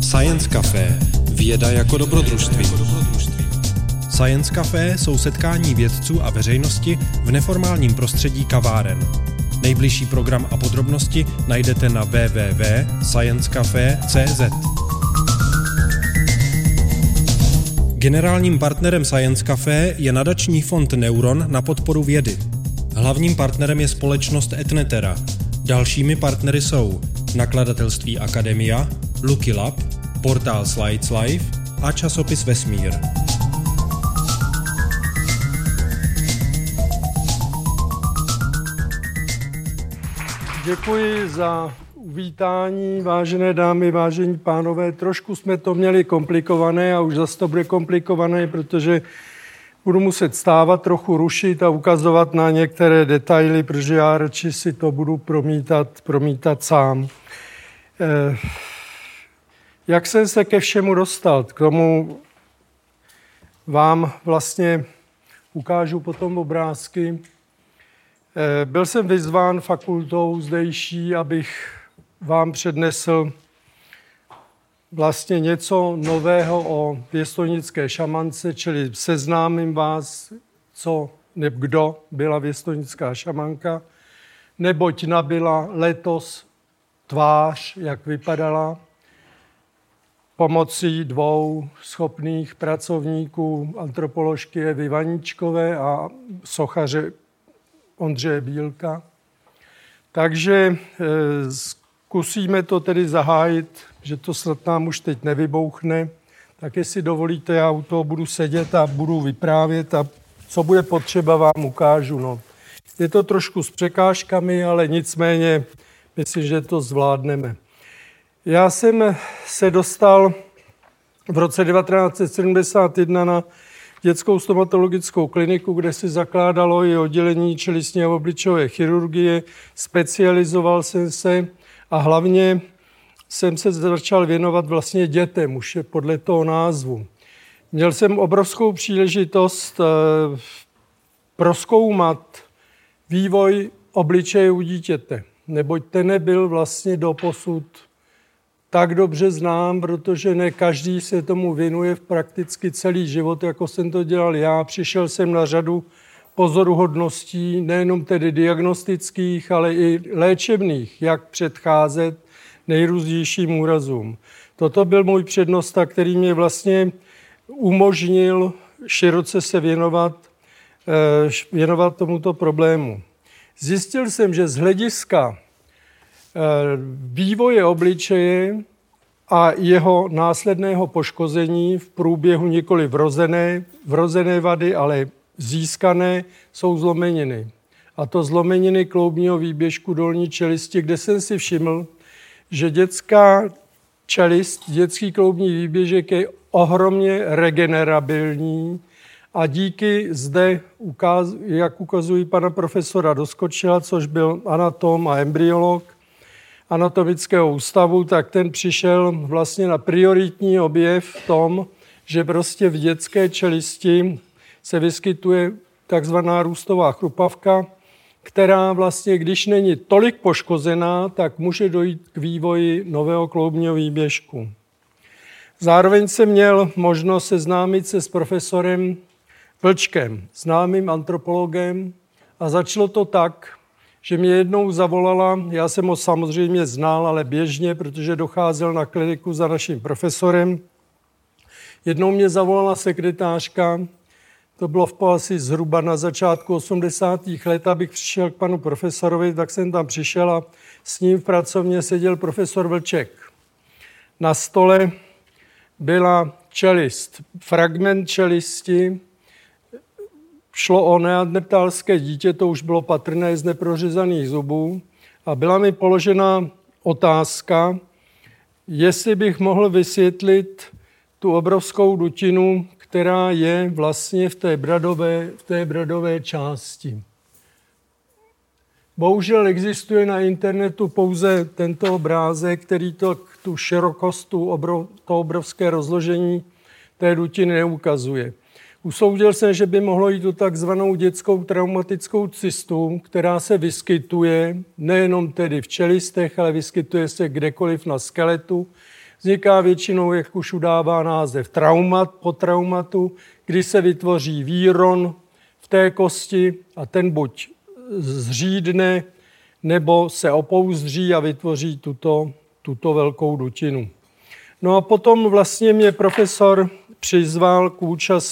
Science Café. Věda jako dobrodružství. Science Café jsou setkání vědců a veřejnosti v neformálním prostředí kaváren. Nejbližší program a podrobnosti najdete na www.sciencecafe.cz. Generálním partnerem Science Café je nadační fond Neuron na podporu vědy. Hlavním partnerem je společnost Etnetera. Dalšími partnery jsou nakladatelství Akademia, Lucky Lab, portál Slides Life a časopis Vesmír. Děkuji za uvítání, vážené dámy, vážení pánové. Trošku jsme to měli komplikované a už zase to bude komplikované, protože budu muset stávat, trochu rušit a ukazovat na některé detaily, protože já radši si to budu promítat sám. Jak jsem se ke všemu dostal? K tomu vám vlastně ukážu potom obrázky. Byl jsem vyzván fakultou zdejší, abych vám přednesl vlastně něco nového o věstonické šamance, čili seznámím vás, kdo byla věstonická šamanka, neboť nabyla letos tvář, jak vypadala, pomocí dvou schopných pracovníků, antropoložky Evy Vaníčkové a sochaře Ondřeje Bílka. Takže zkusíme to tedy zahájit, že to snad nám už teď nevybouchne. Tak jestli dovolíte, já u toho budu sedět a budu vyprávět a co bude potřeba, vám ukážu. No. Je to trošku s překážkami, ale nicméně myslím, že to zvládneme. Já jsem se dostal v roce 1971 na dětskou stomatologickou kliniku, kde se zakládalo i oddělení čelistní a obličejové chirurgie. Specializoval jsem se a hlavně jsem se začal věnovat vlastně dětem, už je podle toho názvu. Měl jsem obrovskou příležitost prozkoumat vývoj obličeje u dítěte, neboť ten nebyl vlastně doposud tak dobře znám, protože ne každý se tomu věnuje v prakticky celý život, jako jsem to dělal já. Přišel jsem na řadu pozoruhodností, nejenom tedy diagnostických, ale i léčebných, jak předcházet nejrůznějším úrazům. Toto byl můj přednosta, který mě vlastně umožnil široce se věnovat tomuto problému. Zjistil jsem, že z hlediska vývoje obličeje a jeho následného poškození v průběhu nikoli vrozené vady, ale získané, jsou zlomeniny. A to zlomeniny kloubního výběžku dolní čelisti, kde jsem si všiml, že dětská čelist, dětský kloubní výběžek je ohromně regenerabilní a díky zde, jak ukazují pana profesora Doskočila, což byl anatom a embryolog anatomického ústavu, tak ten přišel vlastně na prioritní objev v tom, že prostě v dětské čelisti se vyskytuje takzvaná růstová chrupavka, která vlastně, když není tolik poškozená, tak může dojít k vývoji nového kloubního výběžku. Zároveň jsem měl možnost seznámit se s profesorem Vlčkem, známým antropologem, a začalo to tak, že mě jednou zavolala, já jsem ho samozřejmě znal, ale běžně, protože docházel na kliniku za naším profesorem. Jednou mě zavolala sekretářka, to bylo asi zhruba na začátku 80. let, abych přišel k panu profesorovi, tak jsem tam přišel a s ním v pracovně seděl profesor Vlček. Na stole byla čelist, fragment čelisti. Šlo o neandertalské dítě, to už bylo patrné z neprořezaných zubů. A byla mi položena otázka, jestli bych mohl vysvětlit tu obrovskou dutinu, která je vlastně v té bradové části. Bohužel existuje na internetu pouze tento obrázek, který tu širokost, to obrovské rozložení té dutiny neukazuje. Usoudil jsem, že by mohlo jít o takzvanou dětskou traumatickou cystu, která se vyskytuje nejenom tedy v čelistech, ale vyskytuje se kdekoliv na skeletu. Vzniká většinou, jak už udává název, traumat po traumatu, kdy se vytvoří výron v té kosti a ten buď zřídne, nebo se opouzdří a vytvoří tuto velkou dutinu. No a potom vlastně mě profesor přizval k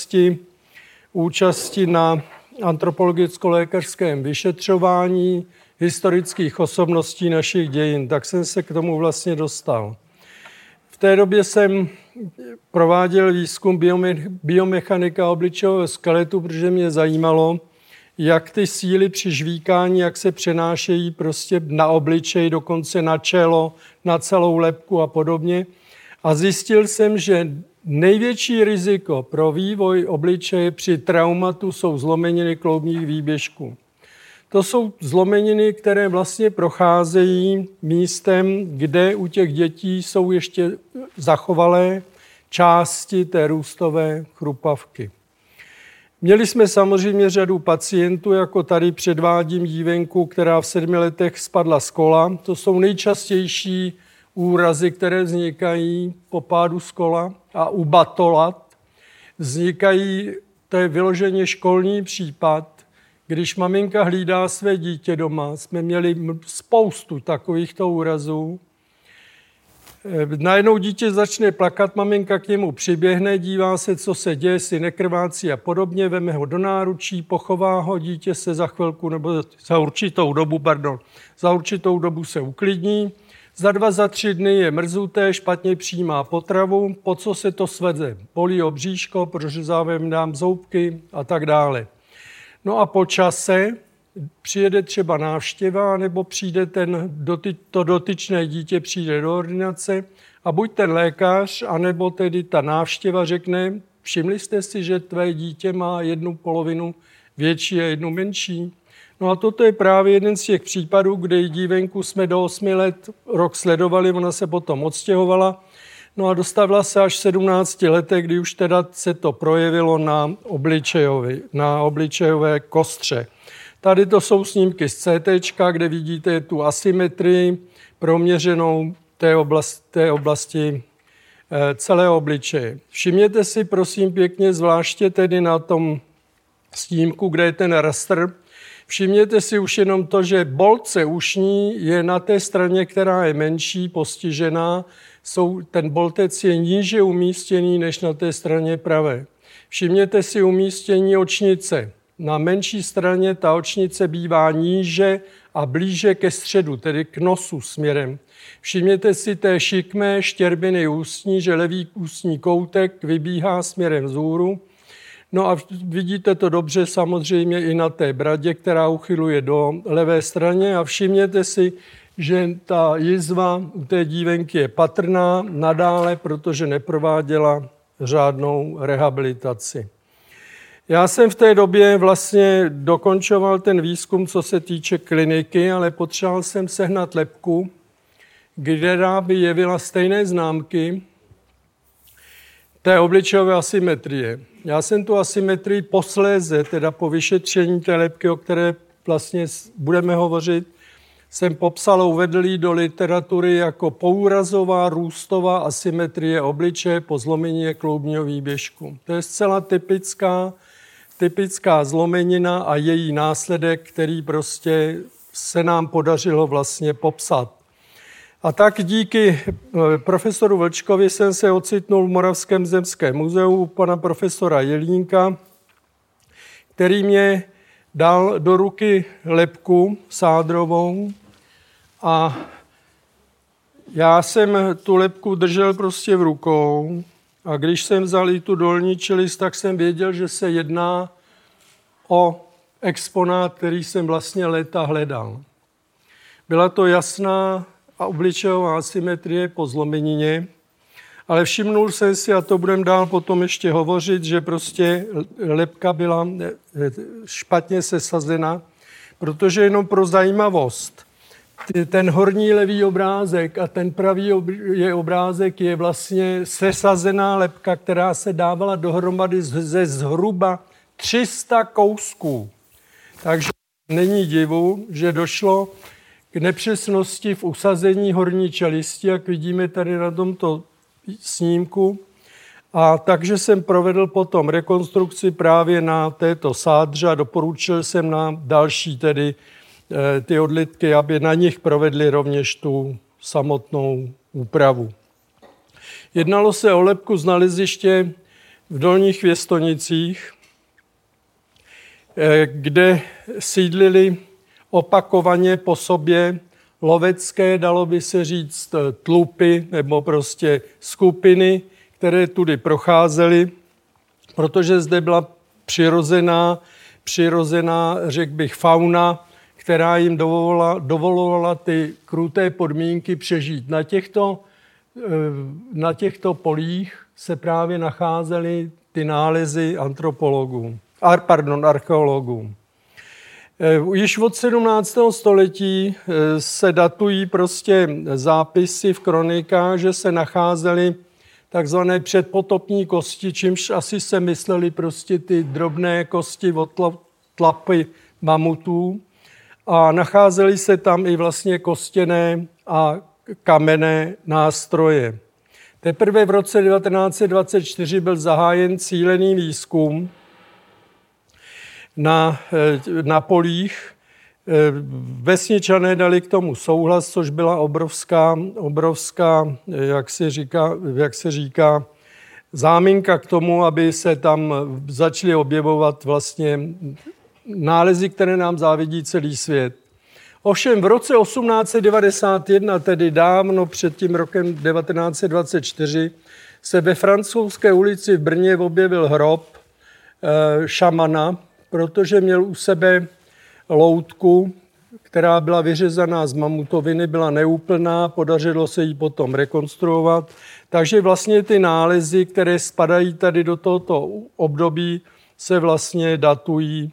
účasti na antropologicko-lékařském vyšetřování historických osobností našich dějin. Tak jsem se k tomu vlastně dostal. V té době jsem prováděl výzkum biomechanika obličejového skeletu, protože mě zajímalo, jak ty síly při žvíkání, jak se přenášejí prostě na obličej, dokonce na čelo, na celou lebku a podobně. A zjistil jsem, že největší riziko pro vývoj obličeje při traumatu jsou zlomeniny kloubních výběžků. To jsou zlomeniny, které vlastně procházejí místem, kde u těch dětí jsou ještě zachovalé části té růstové chrupavky. Měli jsme samozřejmě řadu pacientů, jako tady předvádím dívenku, která v 7 letech spadla z kola. To jsou nejčastější úrazy, které vznikají po pádu z kola a u batolat. Vznikají, to je vyloženě školní případ, když maminka hlídá své dítě doma. Jsme měli spoustu takovýchto úrazů. Najednou dítě začne plakat, maminka k němu přiběhne, dívá se, co se děje, si nekrvácí a podobně, veme ho do náručí, pochová ho, dítě se za chvilku nebo za určitou dobu se uklidní. Za 2, za 3 dny je mrzuté, špatně přijímá potravu, po co se to svede? Bolí ho bříško, prořezávám dám zoubky a tak dále. No a po čase přijede třeba návštěva, nebo přijde to dotyčné dítě přijde do ordinace a buď ten lékař, anebo tedy ta návštěva řekne, všimli jste si, že tvé dítě má 1/2 větší a 1 menší? No a toto je právě jeden z těch případů, kde dívenku jsme do 8 let rok sledovali, ona se potom odstěhovala, no a dostavila se až v 17 letech, kdy už teda se to projevilo na obličejové kostře. Tady to jsou snímky z CT, kde vidíte tu asymetrii proměřenou té oblasti celého obličeje. Všimněte si prosím pěkně, zvláště tedy na tom snímku, kde je ten rastr, všimněte si už jenom to, že bolce ušní je na té straně, která je menší, postižená. Ten boltec je níže umístěný než na té straně pravé. Všimněte si umístění očnice. Na menší straně ta očnice bývá níže a blíže ke středu, tedy k nosu směrem. Všimněte si té šikmé štěrbiny ústní, že levý ústní koutek vybíhá směrem vzhůru. No a vidíte to dobře samozřejmě i na té bradě, která uchyluje do levé straně. A všimněte si, že ta jizva u té dívenky je patrná nadále, protože neprováděla řádnou rehabilitaci. Já jsem v té době vlastně dokončoval ten výzkum, co se týče kliniky, ale potřeboval jsem sehnat lebku, která by jevila stejné známky té obličejové asymetrie. Já jsem tu asymetrii posléze, teda po vyšetření té lebky, o které vlastně budeme hovořit, jsem popsal a uvedl ji do literatury jako poúrazová růstová asymetrie obličeje po zlomenině kloubního výběžku. To je zcela typická zlomenina a její následek, který prostě se nám podařilo vlastně popsat. A tak díky profesoru Vlčkovi jsem se ocitnul v Moravském zemském muzeu u pana profesora Jelínka, který mě dal do ruky lebku sádrovou a já jsem tu lebku držel prostě v rukou a když jsem vzal i tu dolní čelist, tak jsem věděl, že se jedná o exponát, který jsem vlastně léta hledal. Byla to jasná a obličejová asymetrie po zlomenině, ale všimnul jsem si, a to budeme dál potom ještě hovořit, že prostě lebka byla špatně sesazena, protože jenom pro zajímavost, ten horní levý obrázek a ten pravý obrázek je vlastně sesazená lebka, která se dávala dohromady ze zhruba 300 kousků. Takže není divu, že došlo k nepřesnosti v usazení horní čelisti, jak vidíme tady na tomto snímku. A takže jsem provedl potom rekonstrukci právě na této sádře a doporučil jsem na další tedy ty odlitky, aby na nich provedli rovněž tu samotnou úpravu. Jednalo se o lebku z naleziště v Dolních Věstonicích, kde sídlili opakovaně po sobě lovecké, dalo by se říct, tlupy nebo prostě skupiny, které tudy procházely, protože zde byla přirozená, řekl bych, fauna, která jim dovolovala ty kruté podmínky přežít. Na těchto polích se právě nacházely ty nálezy archeologů. Již od 17. století se datují prostě zápisy v kronikách, že se nacházely takzvané předpotopní kosti, čímž asi se mysleli prostě ty drobné kosti od tlapy mamutů. A nacházely se tam i vlastně kostěné a kamenné nástroje. Teprve v roce 1924 byl zahájen cílený výzkum na polích. Vesničané dali k tomu souhlas, což byla obrovská jak se říká, záminka k tomu, aby se tam začaly objevovat vlastně nálezy, které nám závidí celý svět. Ovšem v roce 1891, tedy dávno před tím rokem 1924, se ve Francouzské ulici v Brně objevil hrob šamana, protože měl u sebe loutku, která byla vyřezaná z mamutoviny, byla neúplná, podařilo se ji potom rekonstruovat. Takže vlastně ty nálezy, které spadají tady do tohoto období, se vlastně datují,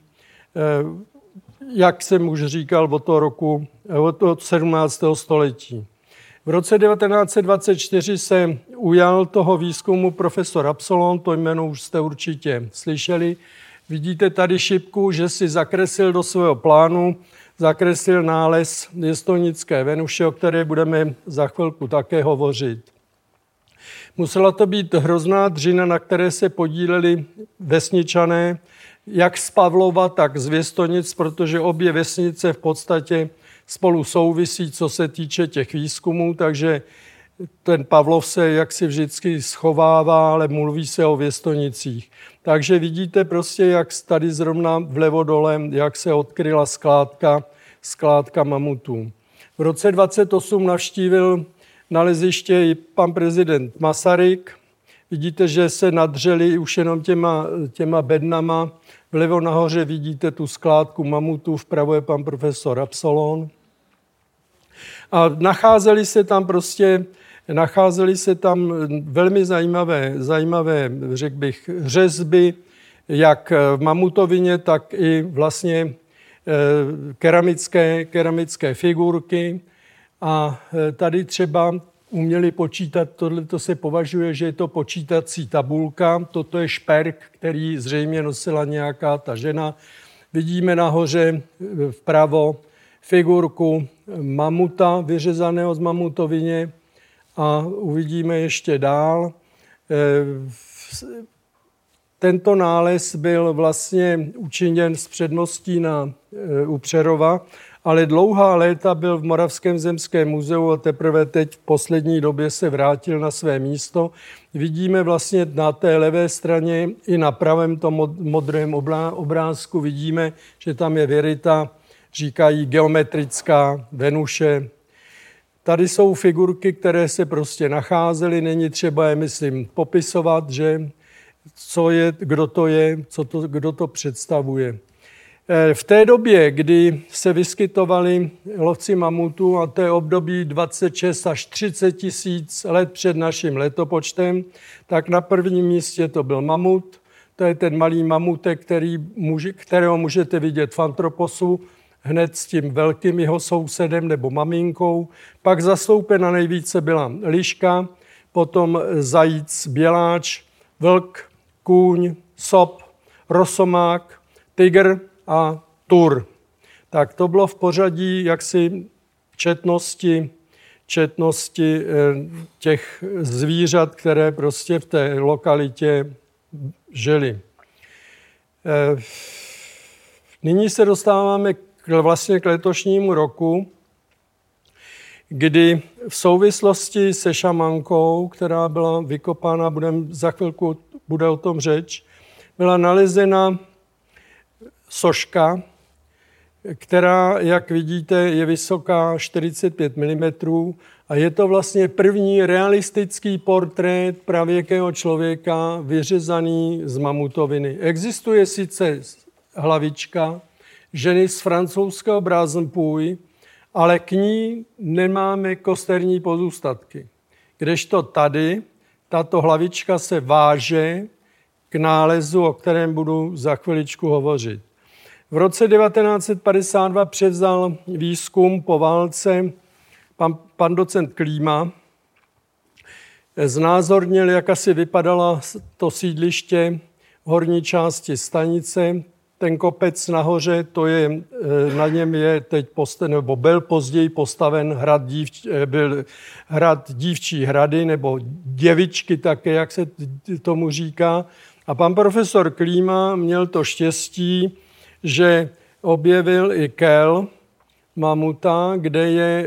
jak jsem už říkal, od 17. století. V roce 1924 se ujal toho výzkumu profesor Absolon, to jméno už jste určitě slyšeli. Vidíte tady šipku, že si zakreslil do svého plánu, zakreslil nález Věstonické Venuše, o které budeme za chvilku také hovořit. Musela to být hrozná dřina, na které se podíleli vesničané, jak z Pavlova, tak z Věstonic, protože obě vesnice v podstatě spolu souvisí, co se týče těch výzkumů, takže ten Pavlov se jaksi vždycky schovává, ale mluví se o Věstonicích. Takže vidíte prostě, jak tady zrovna vlevo dole, jak se odkryla skládka mamutů. V roce 28 navštívil naleziště i pan prezident Masaryk. Vidíte, že se nadřeli už jenom těma bednama. Vlevo nahoře vidíte tu skládku mamutů, vpravo je pan profesor Absolon. A nacházely se tam velmi zajímavé, řekl bych, řezby, jak v mamutovině, tak i vlastně keramické figurky. A tady třeba uměli počítat, tohle se považuje, že je to počítací tabulka, toto je šperk, který zřejmě nosila nějaká ta žena. Vidíme nahoře vpravo figurku mamuta, vyřezaného z mamutovině, a uvidíme ještě dál. Tento nález byl vlastně učiněn s předností u Přerova, ale dlouhá léta byl v Moravském zemském muzeu a teprve teď v poslední době se vrátil na své místo. Vidíme vlastně na té levé straně i na pravém tom modrém obrázku vidíme, že tam je vyryta, říkají geometrická Venuše. Tady jsou figurky, které se prostě nacházely, není třeba je, myslím, popisovat, že co je, kdo to představuje. V té době, kdy se vyskytovali lovci mamutů, a to je období 26 až 30 tisíc let před naším letopočtem, tak na prvním místě to byl mamut. To je ten malý mamutek, kterého můžete vidět v Antroposu, hned s tím velkým jeho sousedem nebo maminkou. Pak zastoupena nejvíce byla liška, potom zajíc běláč, vlk, kůň, sop, rosomák, tygr a tur. Tak to bylo v pořadí jaksi četnosti četnosti těch zvířat, které prostě v té lokalitě žili. Nyní se dostáváme vlastně k letošnímu roku, kdy v souvislosti se šamankou, která byla vykopána, za chvilku bude o tom řeč, byla nalezena soška, která, jak vidíte, je vysoká 45 mm a je to vlastně první realistický portrét pravěkého člověka vyřezaný z mamutoviny. Existuje sice hlavička ženy z francouzského Brazenpůj, ale k ní nemáme kosterní pozůstatky. Kdežto tady tato hlavička se váže k nálezu, o kterém budu za chviličku hovořit. V roce 1952 převzal výzkum po válce pan docent Klíma. Znázornil, jak asi vypadalo to sídliště v horní části stanice. Ten kopec nahoře, na něm je teď nebo byl později postaven hrad Dívčí hrady, nebo Děvičky také, jak se tomu říká. A pan profesor Klíma měl to štěstí, že objevil i kel mamuta, kde je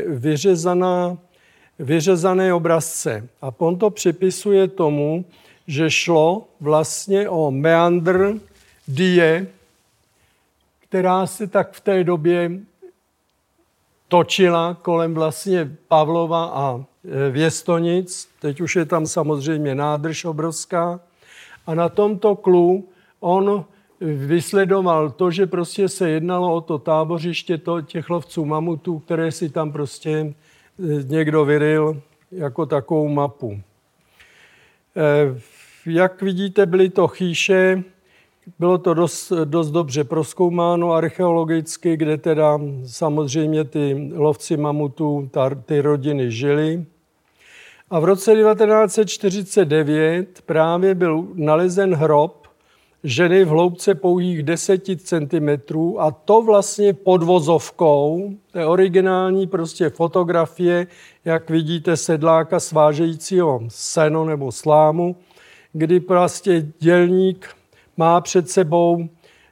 vyřezané obrazce. A on to připisuje tomu, že šlo vlastně o meandr die, která se tak v té době točila kolem vlastně Pavlova a Věstonic. Teď už je tam samozřejmě nádrž obrovská. A na tomto klu on vysledoval to, že prostě se jednalo o to tábořiště těch lovců mamutů, které si tam prostě někdo vyryl jako takovou mapu. Jak vidíte, byly to chýše, bylo to dost dobře prozkoumáno archeologicky, kde teda samozřejmě ty lovci mamutů, ty rodiny žili. A v roce 1949 právě byl nalezen hrob ženy v hloubce pouhých 10 cm a to vlastně pod vozovkou, to je originální prostě fotografie, jak vidíte, sedláka svážejícího seno nebo slámu, kdy prostě dělník má před sebou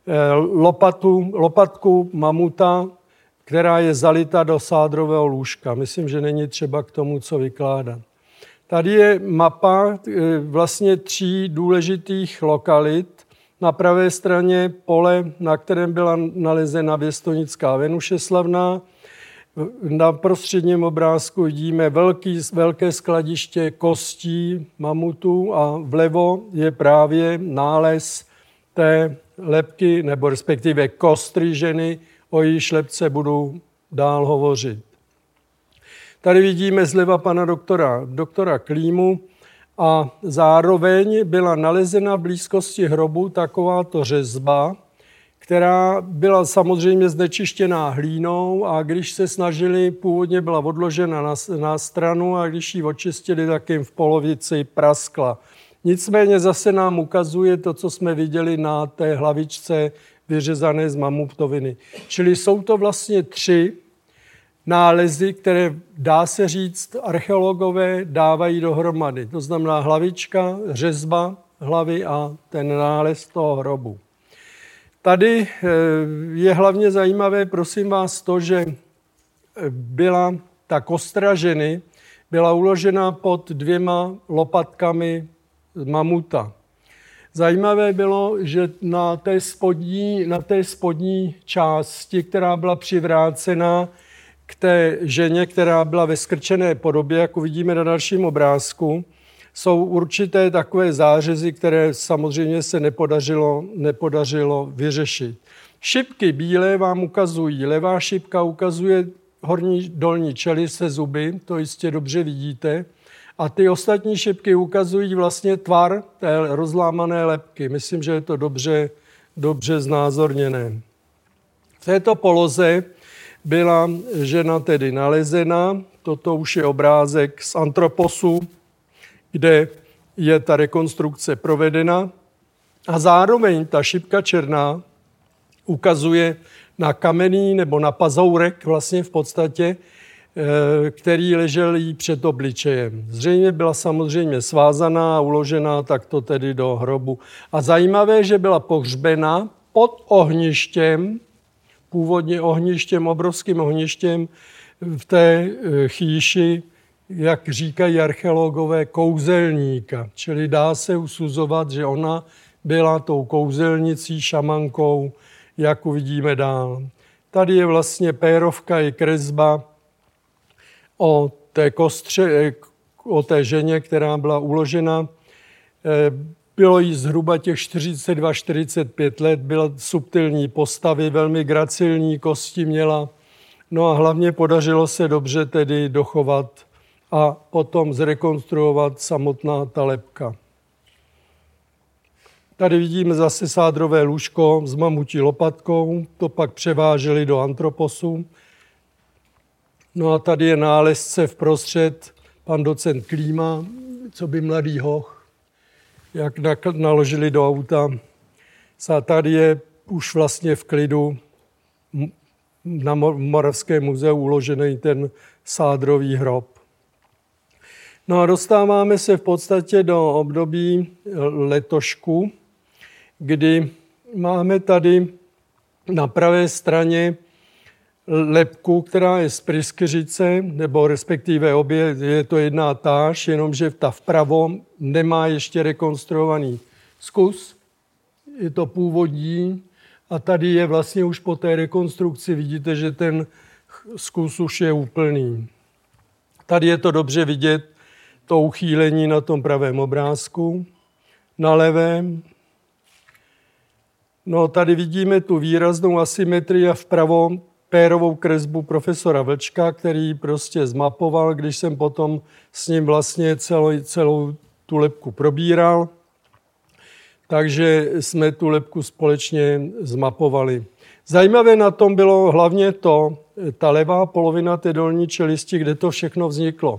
lopatku mamuta, která je zalita do sádrového lůžka. Myslím, že není třeba k tomu, co vykládat. Tady je mapa vlastně 3 důležitých lokalit. Na pravé straně pole, na kterém byla nalezena Věstonická Venuše slavná. Na prostředním obrázku vidíme velké skladiště kostí mamutů a vlevo je právě nález té lebky, nebo respektive kostry ženy, o jejíž lebce budu dál hovořit. Tady vidíme zleva pana doktora Klímu a zároveň byla nalezena v blízkosti hrobu takováto řezba, která byla samozřejmě znečištěná hlínou a když se snažili, původně byla odložena na stranu a když ji očistili, tak jim v polovici praskla. Nicméně zase nám ukazuje to, co jsme viděli na té hlavičce vyřezané z mamutoviny. Čili jsou to vlastně 3 nálezy, které, dá se říct, archeologové dávají dohromady. To znamená hlavička, řezba hlavy a ten nález toho hrobu. Tady je hlavně zajímavé, prosím vás, to, že byla ta kostra ženy byla uložena pod 2 lopatkami mamuta. Zajímavé bylo, že na té spodní části, která byla přivrácena k té ženě, která byla ve skrčené podobě, jak uvidíme na dalším obrázku, jsou určité takové zářezy, které samozřejmě se nepodařilo vyřešit. Šipky bílé vám ukazují, levá šipka ukazuje horní dolní čelist se zuby, to jistě dobře vidíte, a ty ostatní šipky ukazují vlastně tvar té rozlámané lebky. Myslím, že je to dobře znázorněné. V této poloze byla žena tedy nalezena, toto už je obrázek z antroposu, kde je ta rekonstrukce provedena a zároveň ta šipka černá ukazuje na kamenný nebo na pazourek vlastně v podstatě který ležel jí před obličejem. Zřejmě byla samozřejmě svázaná a uložená takto tedy do hrobu. A zajímavé, že byla pohřbena pod ohništěm, původně ohništěm, obrovským ohništěm v té chýši, jak říkají archeologové, kouzelníka. Čili dá se usuzovat, že ona byla tou kouzelnicí, šamankou, jak uvidíme dál. Tady je vlastně pérovka i kresba o té kostře, o té ženě, která byla uložena. Bylo jí zhruba těch 42-45 let, byla subtilní postavy, velmi gracilní kosti měla. No a hlavně podařilo se dobře tedy dochovat a potom zrekonstruovat samotná ta lebka. Tady vidíme zase sádrové lůžko s mamutí lopatkou, to pak převáželi do antroposu. No a tady je nálezce vprostřed, pan docent Klíma, co by mladý hoch, jak naložili do auta. A tady je už vlastně v klidu na Moravském muzeu uložený ten sádrový hrob. No a dostáváme se v podstatě do období letošku, kdy máme tady na pravé straně lebku, která je z Pryskyřice, nebo respektive obě, je to jedna táž, jenomže ta vpravo nemá ještě rekonstruovaný zkus. Je to původní a tady je vlastně už po té rekonstrukci, vidíte, že ten zkus už je úplný. Tady je to dobře vidět, to uchýlení na tom pravém obrázku, na levém. No tady vidíme tu výraznou asymetrii a vpravo pérovou kresbu profesora Vlčka, který prostě zmapoval, když jsem potom s ním vlastně celou tu lebku probíral. Takže jsme tu lebku společně zmapovali. Zajímavé na tom bylo hlavně ta levá polovina té dolní čelisti, kde to všechno vzniklo.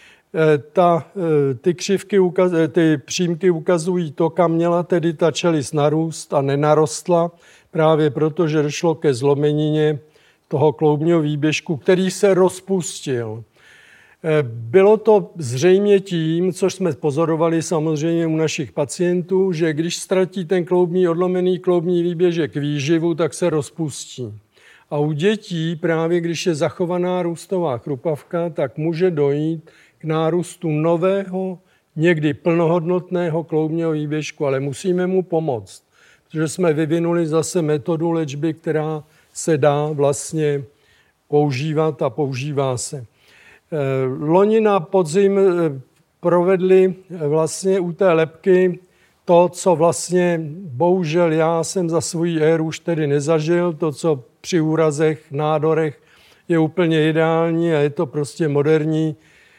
Ty přímky ukazují to, kam měla tedy ta čelist narůst a nenarostla, právě proto, že došlo ke zlomenině toho kloubního výběžku, který se rozpustil. Bylo to zřejmě tím, což jsme pozorovali samozřejmě u našich pacientů, že když ztratí ten odlomený kloubní výběžek výživu, tak se rozpustí. A u dětí, právě když je zachovaná růstová chrupavka, tak může dojít k nárůstu nového, někdy plnohodnotného kloubního výběžku, ale musíme mu pomoct, protože jsme vyvinuli zase metodu léčby, která se dá vlastně používat a používá se. Loni na podzim provedli vlastně u té lebky to, co vlastně bohužel já jsem za svou éru už tedy nezažil, to, co při úrazech, nádorech je úplně ideální a je to prostě moderní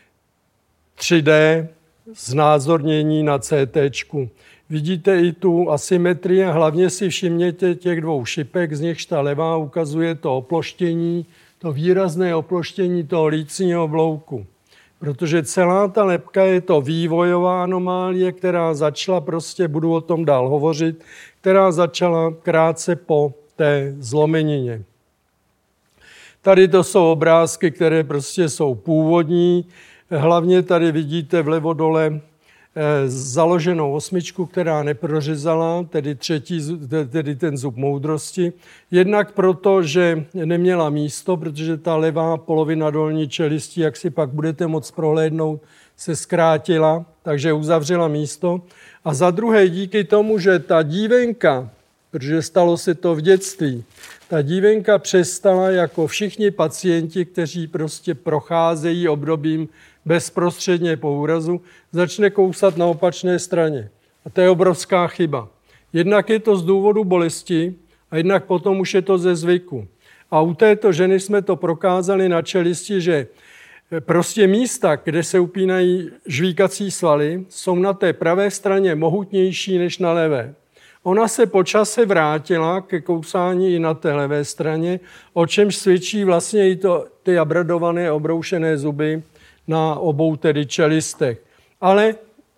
3D znázornění na CTčku. Vidíte i tu asymetrii a hlavně si všimněte těch dvou šipek, z nichž ta levá ukazuje to oploštění, to výrazné oploštění toho lícního oblouku. Protože celá ta lebka je to vývojová anomálie, která začala, prostě budu o tom dál hovořit, která začala krátce po té zlomenině. Tady to jsou obrázky, které prostě jsou původní. Hlavně tady vidíte vlevo dole založenou osmičku, která neprořezala, tedy ten zub moudrosti. Jednak proto, že neměla místo, protože ta levá polovina dolní čelisti, jak si pak budete moct prohlédnout, se zkrátila, takže uzavřela místo. A za druhé díky tomu, že ta dívenka, protože stalo se to v dětství, ta dívenka přestala jako všichni pacienti, kteří prostě procházejí obdobím bezprostředně po úrazu, začne kousat na opačné straně. A to je obrovská chyba. Jednak je to z důvodu bolesti a jednak potom už je to ze zvyku. A u této ženy jsme to prokázali na čelisti, že prostě místa, kde se upínají žvíkací svaly, jsou na té pravé straně mohutnější než na levé. Ona se po čase vrátila ke kousání i na té levé straně, o čemž svědčí vlastně i ty abradované obroušené zuby na obou tedy čelistech. Ale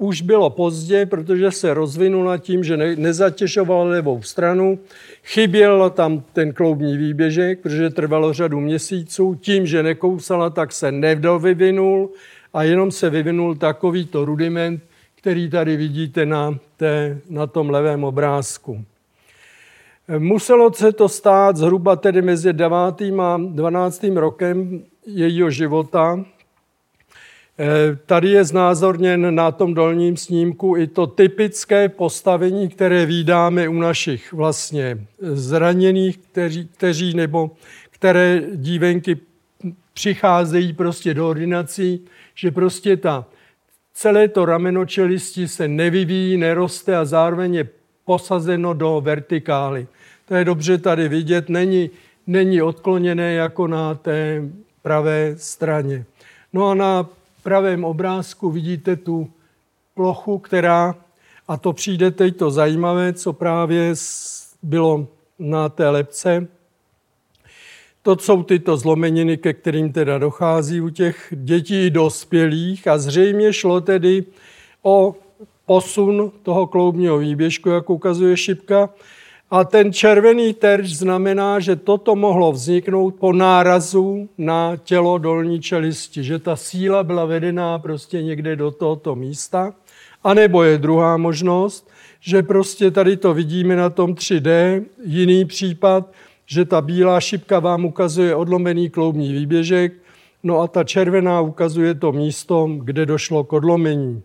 už bylo pozdě, protože se rozvinula tím, že nezatěžovala levou stranu. Chyběl tam ten kloubní výběžek, protože trvalo řadu měsíců. Tím, že nekousala, tak se nedovyvinul a jenom se vyvinul takovýto rudiment, který tady vidíte na tom levém obrázku. Muselo se to stát zhruba tedy mezi 9. a 12. rokem jejího života. Tady je znázorněn na tom dolním snímku i to typické postavení, které vídáme u našich vlastně zraněných, které dívenky přicházejí prostě do ordinací, že prostě celé to rameno čelisti se nevyvíjí, neroste a zároveň je posazeno do vertikály. To je dobře tady vidět, není odkloněné jako na té pravé straně. No a na pravém obrázku vidíte tu plochu, a to přijde teď to zajímavé, co právě bylo na té lebce. To jsou tyto zlomeniny, ke kterým teda dochází u těch dětí dospělých a zřejmě šlo tedy o posun toho kloubního výběžku, jak ukazuje šipka. A ten červený terč znamená, že toto mohlo vzniknout po nárazu na tělo dolní čelisti, že ta síla byla vedená prostě někde do tohoto místa. A nebo je druhá možnost, že prostě tady to vidíme na tom 3D, jiný případ, že ta bílá šipka vám ukazuje odlomený kloubní výběžek, no a ta červená ukazuje to místo, kde došlo k odlomení.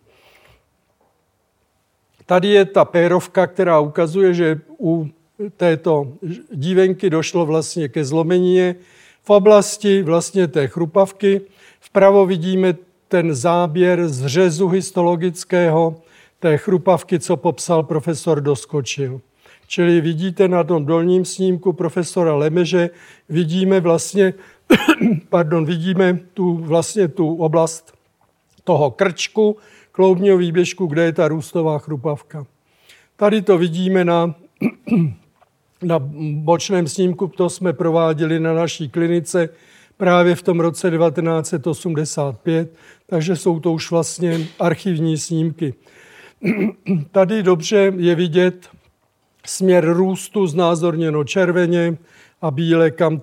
Tady je ta pérovka, která ukazuje, že u této dívenky došlo vlastně ke zlomení v oblasti vlastně té chrupavky. Vpravo vidíme ten záběr z řezu histologického té chrupavky, co popsal profesor Doskočil. Čili vidíte na tom dolním snímku profesora Lemeže, vidíme tu oblast toho krčku, kloubního výběžku, kde je ta růstová chrupavka. Tady to vidíme na bočném snímku, to jsme prováděli na naší klinice právě v tom roce 1985, takže jsou to už vlastně archivní snímky. Tady dobře je vidět směr růstu znázorněno červeně a bíle, kam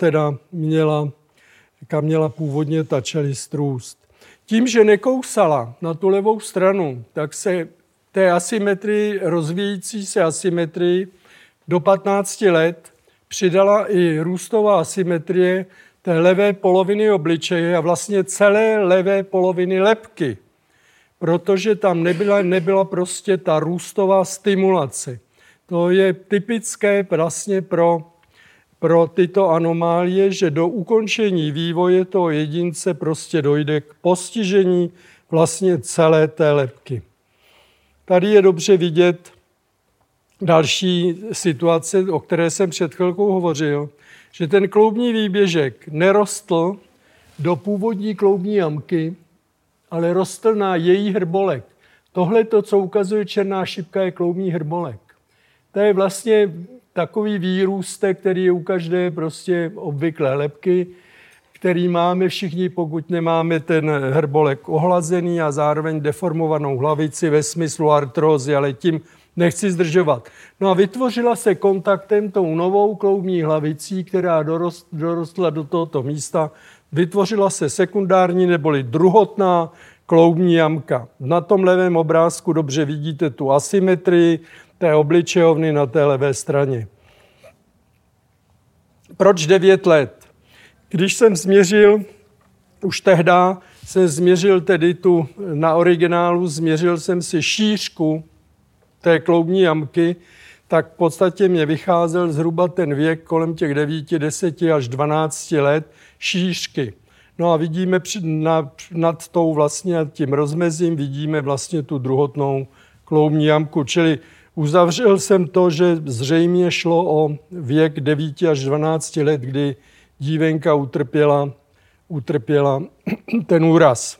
měla původně ta čelist růst. Tím, že nekousala na tu levou stranu, tak se té asymetrii, rozvíjící se asymetrii do 15 let přidala i růstová asymetrie té levé poloviny obličeje a vlastně celé levé poloviny lebky, protože tam nebyla prostě ta růstová stimulace. To je typické vlastně pro tyto anomálie, že do ukončení vývoje toho jedince prostě dojde k postižení vlastně celé té lebky. Tady je dobře vidět další situace, o které jsem před chvilkou hovořil, že ten kloubní výběžek nerostl do původní kloubní jamky, ale rostl na její hrbolek. Tohle, co ukazuje černá šipka, je kloubní hrbolek. To je vlastně takový výrůstek, který je u každé prostě obvyklé lebky, který máme všichni, pokud nemáme ten hrbolek ohlazený a zároveň deformovanou hlavici ve smyslu artrózy, ale tím nechci zdržovat. No a vytvořila se kontaktem tou novou kloubní hlavicí, která dorostla do tohoto místa, vytvořila se sekundární neboli druhotná kloubní jamka. Na tom levém obrázku dobře vidíte tu asymetrii té obličejovny na té levé straně. Proč 9 let? Když jsem změřil, už tehdy jsem změřil tedy na originálu, změřil jsem si šířku té kloubní jamky, tak v podstatě mě vycházel zhruba ten věk kolem těch 9, 10 až 12 let šířky. No a vidíme nad tím rozmezím vidíme vlastně tu druhotnou kloubní jamku, čili uzavřel jsem to, že zřejmě šlo o věk 9 až 12 let, kdy dívenka utrpěla ten úraz.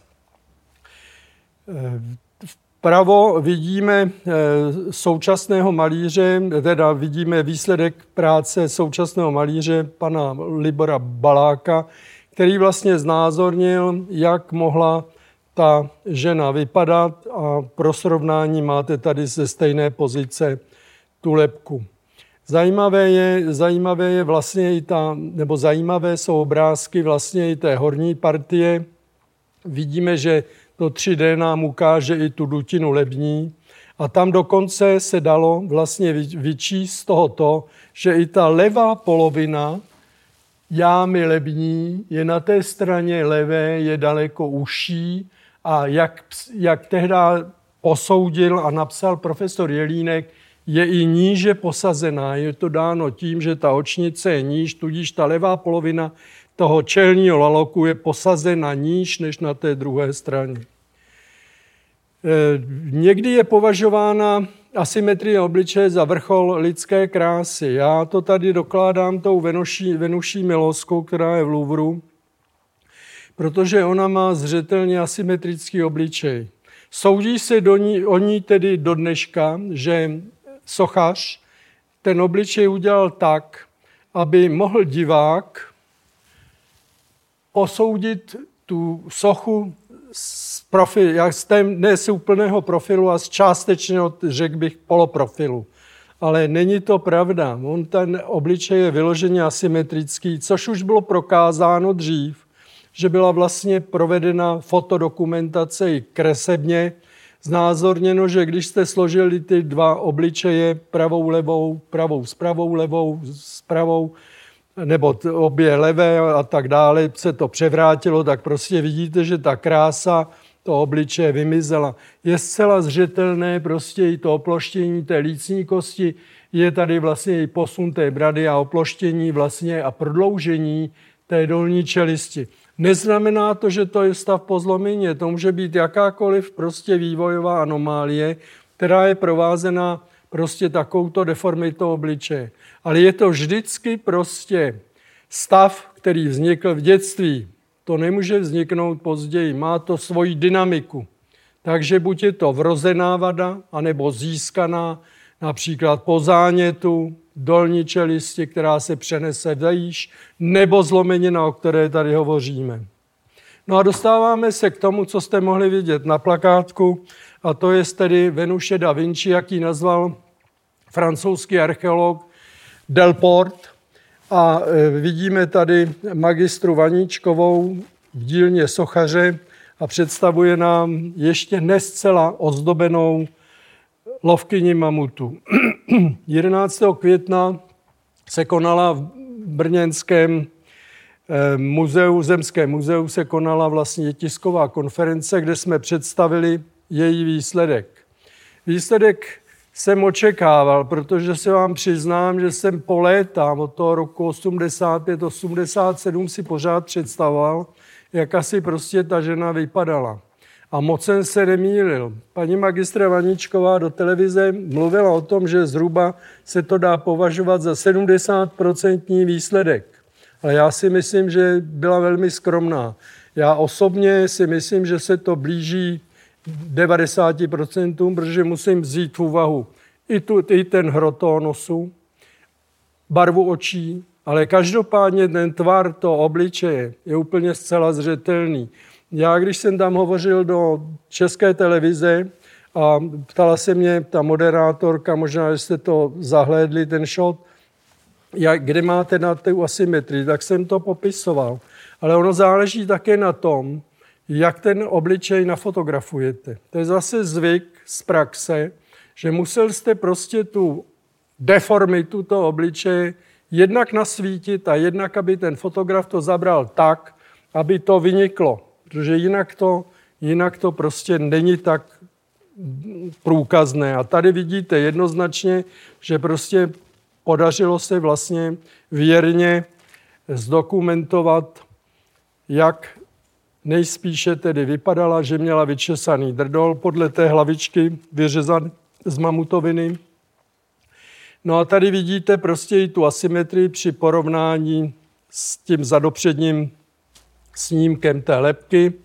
Vpravo vidíme současného malíře, teda vidíme výsledek práce současného malíře pana Libora Baláka, který vlastně znázornil, jak mohla ta žena vypadat a pro srovnání máte tady ze stejné pozice tu lebku. Zajímavé je vlastně i zajímavé jsou obrázky vlastně i té horní partie. Vidíme, že to 3D nám ukáže i tu dutinu lební a tam dokonce se dalo vlastně vyčíst z tohoto, že i ta levá polovina jámy lební je na té straně levé, je daleko užší a jak tehdy posoudil a napsal profesor Jelínek, je i níže posazená. Je to dáno tím, že ta očnice je níž, tudíž ta levá polovina toho čelního laloku je posazena níž než na té druhé straně. Někdy je považována asymetrie obličeje za vrchol lidské krásy. Já to tady dokládám tou Venuší Miloskou, která je v Louvru, protože ona má zřetelně asymetrický obličej. Soudí se o ní tedy do dneška, že sochař ten obličej udělal tak, aby mohl divák posoudit tu sochu ne z úplného profilu a z částečného, řekl bych, poloprofilu. Ale není to pravda. Ten obličej je vyloženě asymetrický, což už bylo prokázáno dřív, že byla vlastně provedena fotodokumentace i kresebně, znázorněno, že když jste složili ty dva obličeje pravou levou, pravou s pravou levou, s pravou, nebo obě levé a tak dále, se to převrátilo, tak prostě vidíte, že ta krása toho obličeje vymizela. Je zcela zřetelné prostě i to oploštění té lícní kosti, je tady vlastně i posun té brady a oploštění vlastně a prodloužení té dolní čelisti. Neznamená to, že to je stav po zlomině, to může být jakákoliv prostě vývojová anomálie, která je provázena prostě takovouto deformitou obličeje. Ale je to vždycky prostě stav, který vznikl v dětství. To nemůže vzniknout později, má to svoji dynamiku. Takže buď je to vrozená vada, anebo získaná, například po zánětu, dolní čelisti, která se přenese vejš, nebo zlomenina, o které tady hovoříme. No a dostáváme se k tomu, co jste mohli vidět na plakátku, a to je tedy Venuše da Vinci, jak ji nazval francouzský archeolog Delport. A vidíme tady magistru Vaníčkovou v dílně sochaře a představuje nám ještě nescela ozdobenou lovkyni mamutu. 11. května se konala v brněnském zemském muzeu se konala vlastně tisková konference, kde jsme představili její výsledek. Výsledek jsem očekával, protože se vám přiznám, že jsem po léta od toho roku 85, 87 si pořád představoval, jak asi prostě ta žena vypadala. A moc jsem se nemýlil. Paní magistra Vaníčková do televize mluvila o tom, že zhruba se to dá považovat za 70% výsledek. Ale já si myslím, že byla velmi skromná. Já osobně si myslím, že se to blíží 90%, protože musím vzít v úvahu i ten hroto nosu, barvu očí, ale každopádně ten tvar toho obličeje je úplně zcela zřetelný. Já, když jsem tam hovořil do České televize a ptala se mě ta moderátorka, možná, že jste to zahlédli, ten shot, kde máte na tu asymetrii, tak jsem to popisoval. Ale ono záleží také na tom, jak ten obličej nafotografujete. To je zase zvyk z praxe, že musel jste prostě tu deformitu toho obličeje jednak nasvítit a jednak, aby ten fotograf to zabral tak, aby to vyniklo. Protože jinak to prostě není tak průkazné. A tady vidíte jednoznačně, že prostě podařilo se vlastně věrně zdokumentovat, jak nejspíše tedy vypadala, že měla vyčesaný drdol podle té hlavičky vyřezan z mamutoviny. No a tady vidíte prostě i tu asymetrii při porovnání s tím zadopředním snímkem té lebky.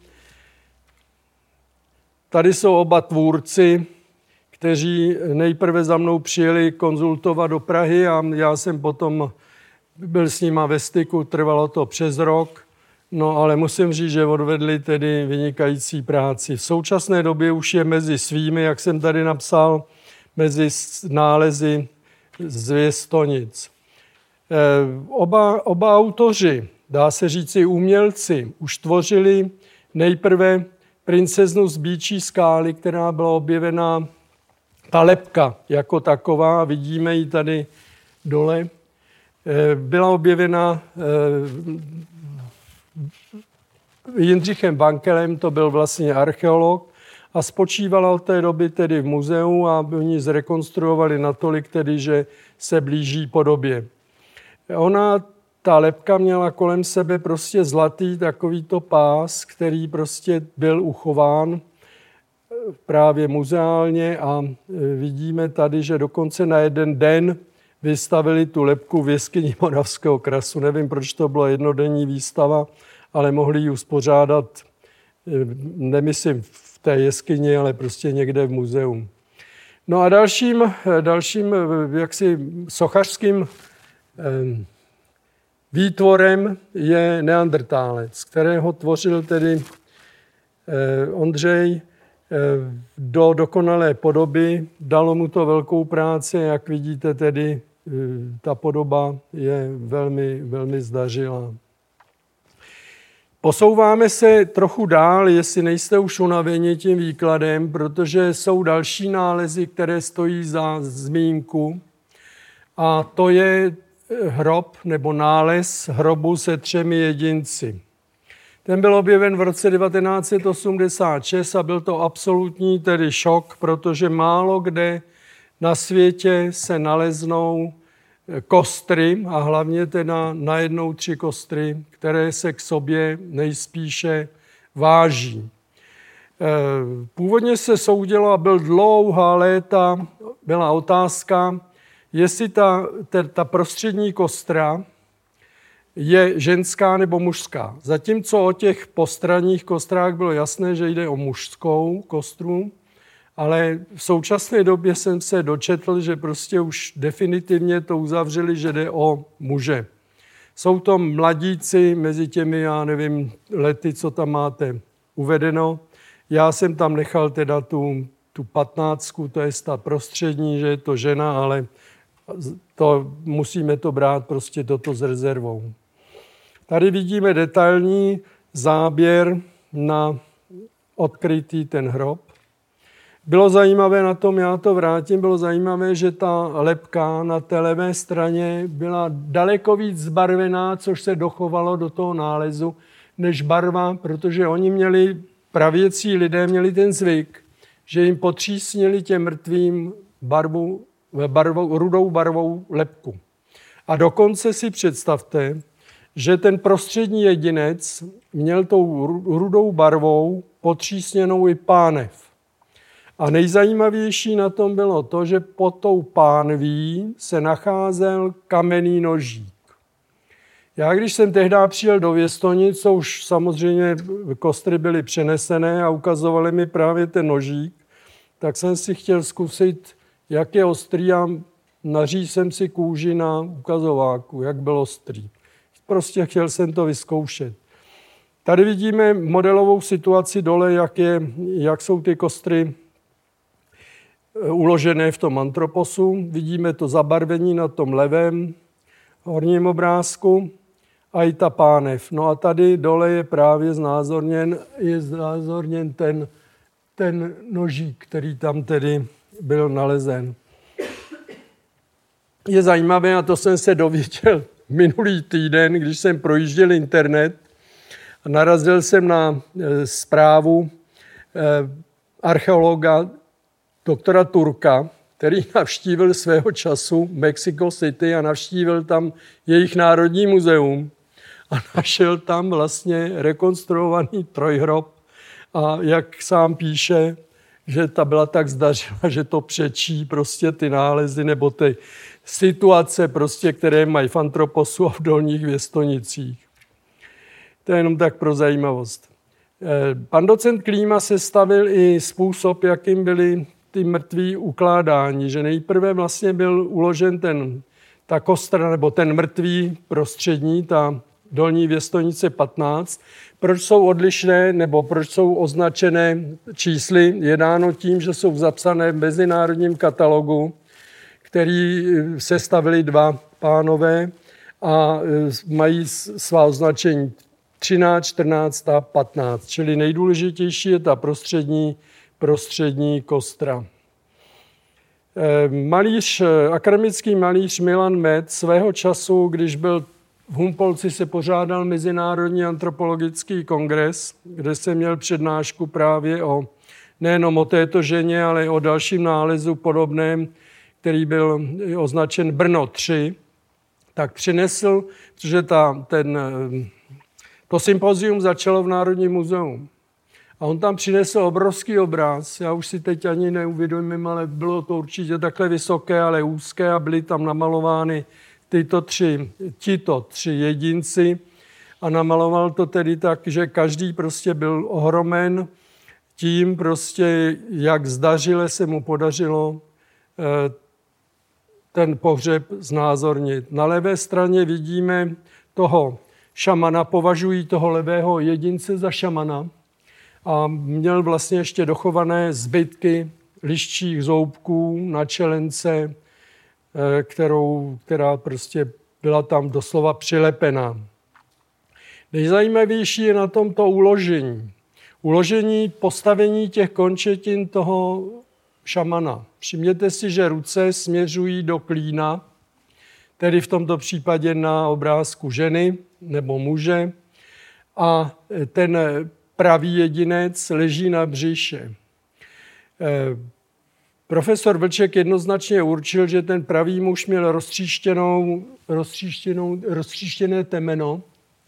Tady jsou oba tvůrci, kteří nejprve za mnou přijeli konzultovat do Prahy a já jsem potom byl s nima ve styku, trvalo to přes rok. No ale musím říct, že odvedli tedy vynikající práci. V současné době už je mezi svými, jak jsem tady napsal, mezi nálezy z Věstonic. Oba autoři, dá se říci umělci, už tvořili nejprve princeznu z Býčí skály, která byla objevena, ta lebka jako taková, vidíme ji tady dole, byla objevena Jindřichem Bankelem, to byl vlastně archeolog, a spočívala od té doby tedy v muzeu a oni zrekonstruovali natolik tedy, že se blíží podobě. Ta lebka měla kolem sebe prostě zlatý takovýto pás, který prostě byl uchován právě muzeálně a vidíme tady, že dokonce na jeden den vystavili tu lebku v jeskyni Moravského krasu. Nevím, proč to byla jednodenní výstava, ale mohli ji uspořádat, nemyslím v té jeskyni, ale prostě někde v muzeu. No a dalším jaksi sochařským výtvorem je neandrtálec, kterého tvořil tedy Ondřej do dokonalé podoby. Dalo mu to velkou práci, jak vidíte tedy, ta podoba je velmi, velmi zdařilá. Posouváme se trochu dál, jestli nejste už unaveni tím výkladem, protože jsou další nálezy, které stojí za zmínku. A to je hrob nebo nález hrobu se 3 jedinci. Ten byl objeven v roce 1986 a byl to absolutní tedy šok, protože málo kde na světě se naleznou kostry a hlavně teda najednou 3 kostry, které se k sobě nejspíše váží. Původně se soudilo a byl dlouhá léta, byla otázka, jestli ta prostřední kostra je ženská nebo mužská. Zatímco o těch postranních kostrách bylo jasné, že jde o mužskou kostru, ale v současné době jsem se dočetl, že prostě už definitivně to uzavřeli, že jde o muže. Jsou to mladíci mezi těmi, já nevím, lety, co tam máte uvedeno. Já jsem tam nechal teda tu 15, to je ta prostřední, že je to žena, ale musíme to brát prostě toto s rezervou. Tady vidíme detailní záběr na odkrytý ten hrob. Bylo zajímavé na tom, já to vrátím, bylo zajímavé, že ta lebka na té levé straně byla daleko víc zbarvená, což se dochovalo do toho nálezu, než barva, protože oni měli, pravěcí lidé měli ten zvyk, že jim potřísnili těm mrtvým rudou barvou lebku. A dokonce si představte, že ten prostřední jedinec měl tou rudou barvou potřísněnou i pánev. A nejzajímavější na tom bylo to, že pod tou pánví se nacházel kamenný nožík. Já když jsem tehdy přijel do Věstonic, co už samozřejmě kostry byly přenesené a ukazovali mi právě ten nožík, tak jsem si chtěl zkusit, jak je ostrý a naříz jsem si kůži na ukazováku, jak byl ostrý. Prostě chtěl jsem to vyzkoušet. Tady vidíme modelovou situaci dole, jak jsou ty kostry uložené v tom antroposu. Vidíme to zabarvení na tom levém horním obrázku a i ta pánev. No a tady dole je právě znázorněn ten nožík, který tam tedy byl nalezen. Je zajímavé, a to jsem se dověděl minulý týden, když jsem projížděl internet a narazil jsem na zprávu archeologa doktora Turka, který navštívil svého času Mexico City a navštívil tam jejich národní muzeum a našel tam vlastně rekonstruovaný trojhrob a jak sám píše, že ta byla tak zdařila, že to přečí prostě ty nálezy nebo ty situace, prostě, které mají v antroposu a v Dolních Věstonicích. To je jenom tak pro zajímavost. Pan docent Klíma sestavil i způsob, jakým byli ty mrtví ukládání, že nejprve vlastně byl uložen ta kostra, nebo ten mrtvý prostřední, ta Dolní Věstonice 15. Proč jsou odlišné nebo proč jsou označené čísly? Je dáno tím, že jsou zapsané v mezinárodním katalogu, který sestavili dva pánové a mají svá označení 13, 14 a 15. Čili nejdůležitější je ta prostřední kostra. Akademický malíř Milan Met svého času, když byl v Humpolci, se pořádal Mezinárodní antropologický kongres, kde se měl přednášku právě nejenom o této ženě, ale o dalším nálezu podobném, který byl označen Brno 3, tak přinesl, protože to sympozium začalo v Národním muzeu. A on tam přinesl obrovský obraz, já už si teď ani neuvědomím, ale bylo to určitě takhle vysoké, ale úzké a byly tam namalovány tito tři jedinci a namaloval to tedy tak, že každý prostě byl ohromen tím prostě, jak zdařile se mu podařilo ten pohřeb znázornit. Na levé straně vidíme toho šamana, považují toho levého jedince za šamana a měl vlastně ještě dochované zbytky liščích zoubků na čelence, která prostě byla tam doslova přilepená. Nejzajímavější je na tomto uložení. Uložení postavení těch končetin toho šamana. Všimněte si, že ruce směřují do klína, tedy v tomto případě na obrázku ženy nebo muže, a ten pravý jedinec leží na břiše. Profesor Vlček jednoznačně určil, že ten pravý muž měl roztříštěné temeno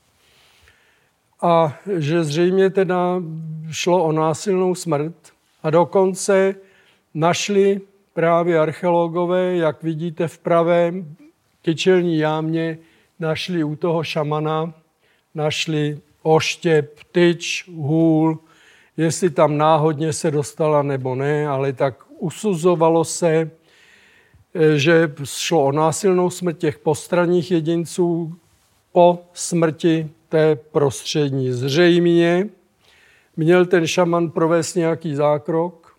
a že zřejmě teda šlo o násilnou smrt. A dokonce našli právě archeologové, jak vidíte v pravém kyčelní jámě, našli u toho šamana, našli oštěp, tyč, hůl, jestli tam náhodně se dostala nebo ne, ale tak usuzovalo se, že šlo o násilnou smrt těch postranních jedinců po smrti té prostřední. Zřejmě měl ten šaman provést nějaký zákrok,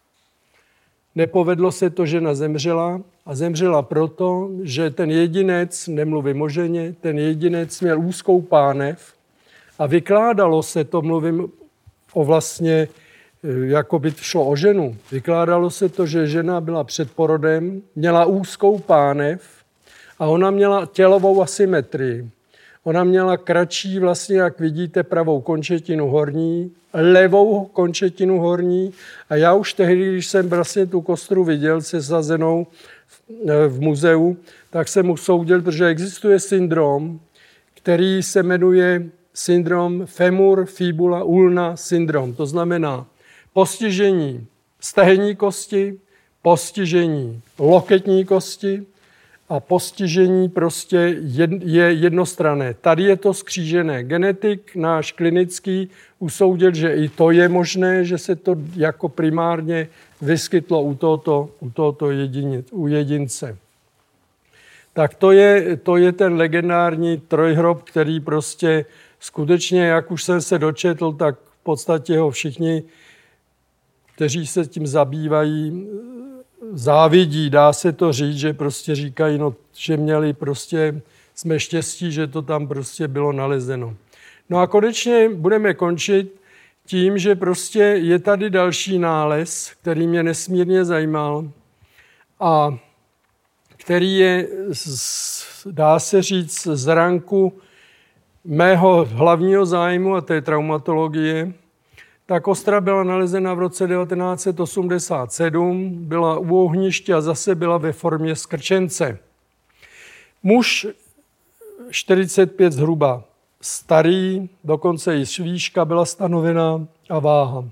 nepovedlo se to, žena zemřela a zemřela proto, že ten jedinec, nemluvím o ženě, ten jedinec měl úzkou pánev a vykládalo se to, mluvím o vlastně, jako by šlo o ženu. Vykládalo se to, že žena byla před porodem, měla úzkou pánev a ona měla tělovou asymetrii. Ona měla kratší, vlastně, jak vidíte, pravou končetinu horní, levou končetinu horní a já už tehdy, když jsem vlastně tu kostru viděl sesazenou v muzeu, tak jsem usoudil, protože existuje syndrom, který se jmenuje syndrom femur fibula ulna syndrom. To znamená postižení stehenní kosti, postižení loketní kosti a postižení prostě je jednostranné. Tady je to skřížené. Genetik náš klinický usoudil, že i to je možné, že se to jako primárně vyskytlo u tohoto jedince. Tak to je ten legendární trojhrob, který prostě skutečně, jak už jsem se dočetl, tak v podstatě ho všichni, kteří se tím zabývají, závidí, dá se to říct, že prostě říkají, no, že měli prostě, jsme štěstí, že to tam prostě bylo nalezeno. No a konečně budeme končit tím, že prostě je tady další nález, který mě nesmírně zajímal a který je, dá se říct, z ranku mého hlavního zájmu, a to je traumatologie. Ta kostra byla nalezena v roce 1987, byla u ohniště a zase byla ve formě skrčence. Muž 45 zhruba starý, dokonce i výška byla stanovená a váha.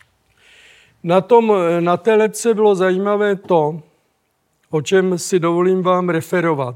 Na té lebce bylo zajímavé to, o čem si dovolím vám referovat.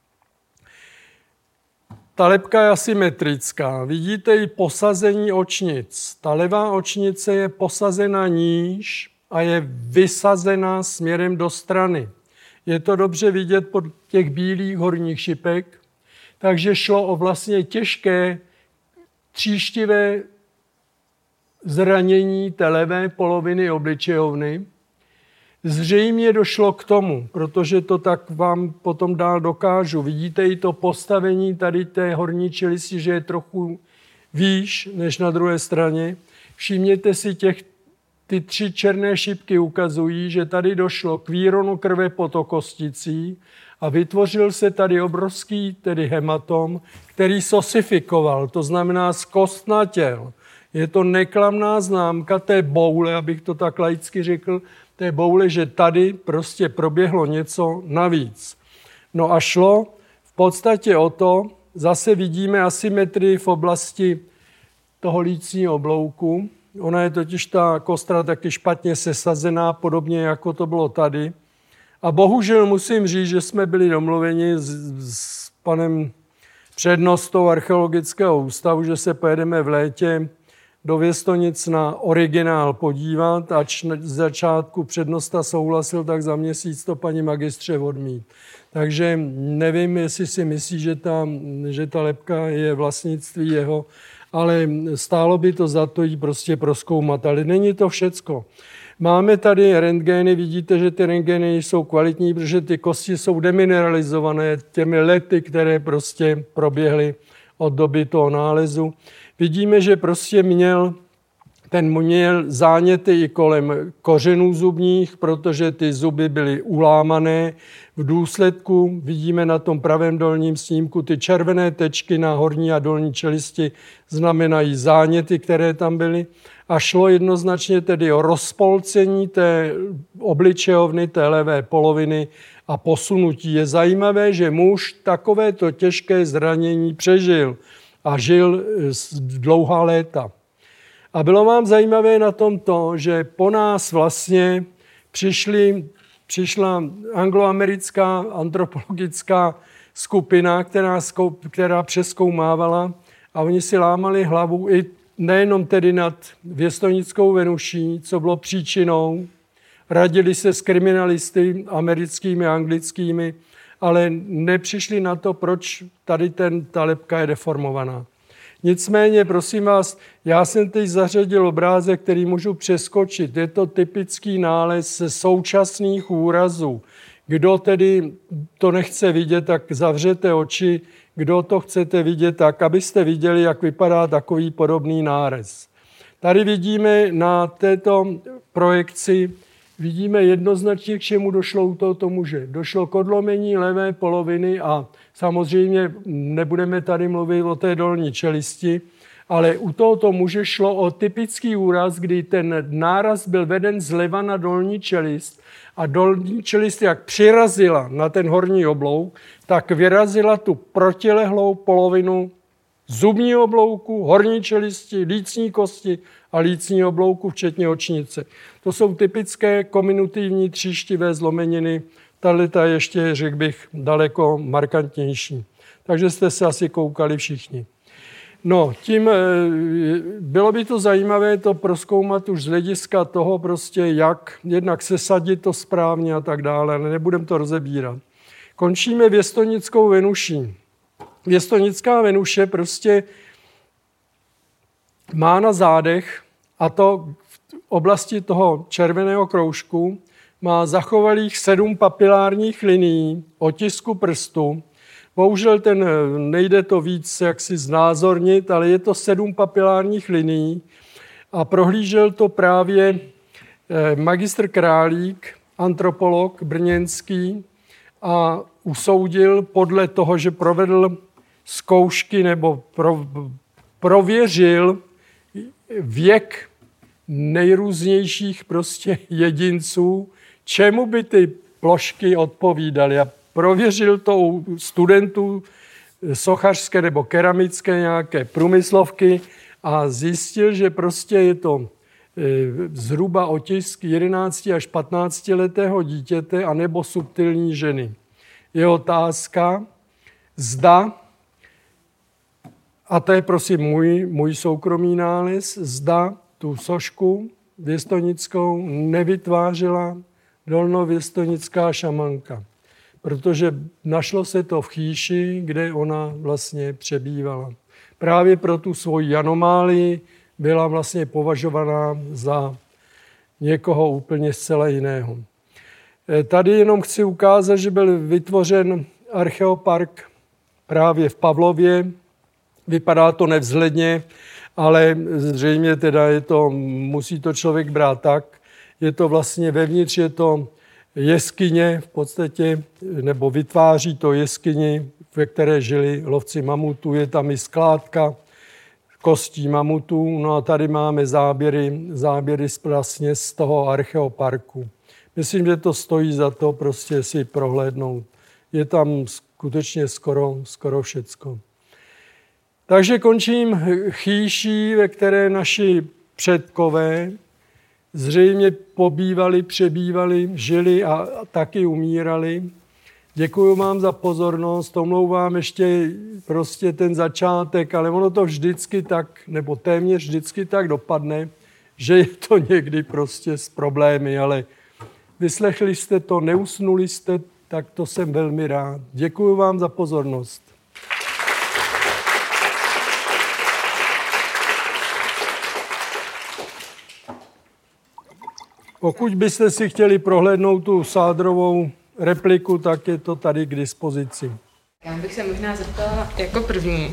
Ta lebka je asymetrická. Vidíte i posazení očnic. Ta levá očnice je posazena níž a je vysazena směrem do strany. Je to dobře vidět pod těch bílých horních šipek. Takže šlo o vlastně těžké tříštivé zranění té levé poloviny obličejovny. Zřejmě došlo k tomu, protože to tak vám potom dál dokážu. Vidíte i to postavení tady té horní čelisti, že je trochu výš než na druhé straně. Všimněte si, ty 3 černé šipky ukazují, že tady došlo k výronu krve pod kosticí a vytvořil se tady obrovský tedy hematom, který sosifikoval, to znamená zkostnatěl. Je to neklamná známka té boule, abych to tak laicky řekl, té boule, že tady prostě proběhlo něco navíc. No a šlo v podstatě o to, zase vidíme asymetrii v oblasti toho lícního oblouku. Ona je totiž ta kostra taky špatně sesazená, podobně jako to bylo tady. A bohužel musím říct, že jsme byli domluveni s panem přednostou archeologického ústavu, že se pojedeme v létě do Věstonic na originál podívat, ač z začátku přednosta souhlasil, tak za měsíc to paní magistře odmít. Takže nevím, jestli si myslí, že ta lebka je vlastnictví jeho, ale stálo by to za to jí prostě prozkoumat. Ale není to všecko. Máme tady rentgény, vidíte, že ty rentgény jsou kvalitní, protože ty kosti jsou demineralizované těmi lety, které prostě proběhly od doby toho nálezu. Vidíme, že prostě měl záněty i kolem kořenů zubních, protože ty zuby byly ulámané. V důsledku vidíme na tom pravém dolním snímku ty červené tečky na horní a dolní čelisti znamenají záněty, které tam byly. A šlo jednoznačně tedy o rozpolcení té obličejovny, té levé poloviny a posunutí. Je zajímavé, že muž takovéto těžké zranění přežil a žil dlouhá léta. A bylo vám zajímavé na tom to, že po nás vlastně přišla angloamerická antropologická skupina, která přezkoumávala a oni si lámali hlavu i nejenom tedy nad Věstonickou Venuší, co bylo příčinou, radili se s kriminalisty americkými a anglickými, ale nepřišli na to, proč tady ta lebka je deformovaná. Nicméně, prosím vás, já jsem teď zařadil obrázek, který můžu přeskočit. Je to typický nález ze současných úrazů. Kdo tedy to nechce vidět, tak zavřete oči. Kdo to chcete vidět, tak abyste viděli, jak vypadá takový podobný nárez. Tady vidíme na této projekci, vidíme jednoznačně, k čemu došlo u tohoto muže. Došlo k odlomení levé poloviny a samozřejmě nebudeme tady mluvit o té dolní čelisti, ale u tohoto muže šlo o typický úraz, kdy ten náraz byl veden zleva na dolní čelist a dolní čelist, jak přirazila na ten horní oblouk, tak vyrazila tu protilehlou polovinu zubního oblouku, horní čelisti, lícní kosti a lícní oblouku, včetně očnice. To jsou typické kominutivní tříštivé zlomeniny. Tato je ještě, řekl bych, daleko markantnější. Takže jste se asi koukali všichni. No, tím bylo by to zajímavé to prozkoumat už z hlediska toho prostě, jak jednak sesadit to správně a tak dále, ale nebudeme to rozebírat. Končíme Věstonickou Venuší. Věstonická Venuše prostě má na zádech, a to v oblasti toho červeného kroužku, má zachovalých 7 papilárních linií, otisku prstu. Bohužel nejde to víc jaksi znázornit, ale je to 7 papilárních linií a prohlížel to právě magistr Králík, antropolog brněnský, a usoudil podle toho, že provedl zkoušky nebo prověřil věk nejrůznějších prostě jedinců, čemu by ty plošky odpovídaly. A prověřil to u studentů sochařské nebo keramické nějaké průmyslovky a zjistil, že prostě je to zhruba otisk 11 až 15 letého dítěte anebo subtilní ženy. Je otázka, zda, a to je prosím můj soukromý nález, zda tu sošku věstonickou nevytvářela dolnověstonická šamanka. protože našlo se to v Chýši, kde ona vlastně přebývala. Právě pro tu svoji anomálii byla vlastně považovaná za někoho úplně zcela jiného. Tady jenom chci ukázat, že byl vytvořen archeopark právě v Pavlově. Vypadá to nevzhledně, ale zřejmě teda musí to člověk brát tak. Je to vlastně vevnitř, je to jeskyně v podstatě, nebo vytváří to jeskyni, ve které žili lovci mamutů. Je tam i skládka kostí mamutů. No a tady máme záběry vlastně z toho archeoparku. Myslím, že to stojí za to prostě si prohlédnout. Je tam skutečně skoro všecko. Takže končím Chýší, ve které naši předkové zřejmě pobývali, přebývali, žili a taky umírali. Děkuji vám za pozornost, omlouvám ještě prostě ten začátek, ale ono to vždycky tak, nebo téměř vždycky tak dopadne, že je to někdy prostě s problémy, ale vyslechli jste to, neusnuli jste, tak to jsem velmi rád. Děkuji vám za pozornost. Pokud byste si chtěli prohlédnout tu Sádrovou repliku, tak je to tady k dispozici. Já bych se možná zeptala jako první.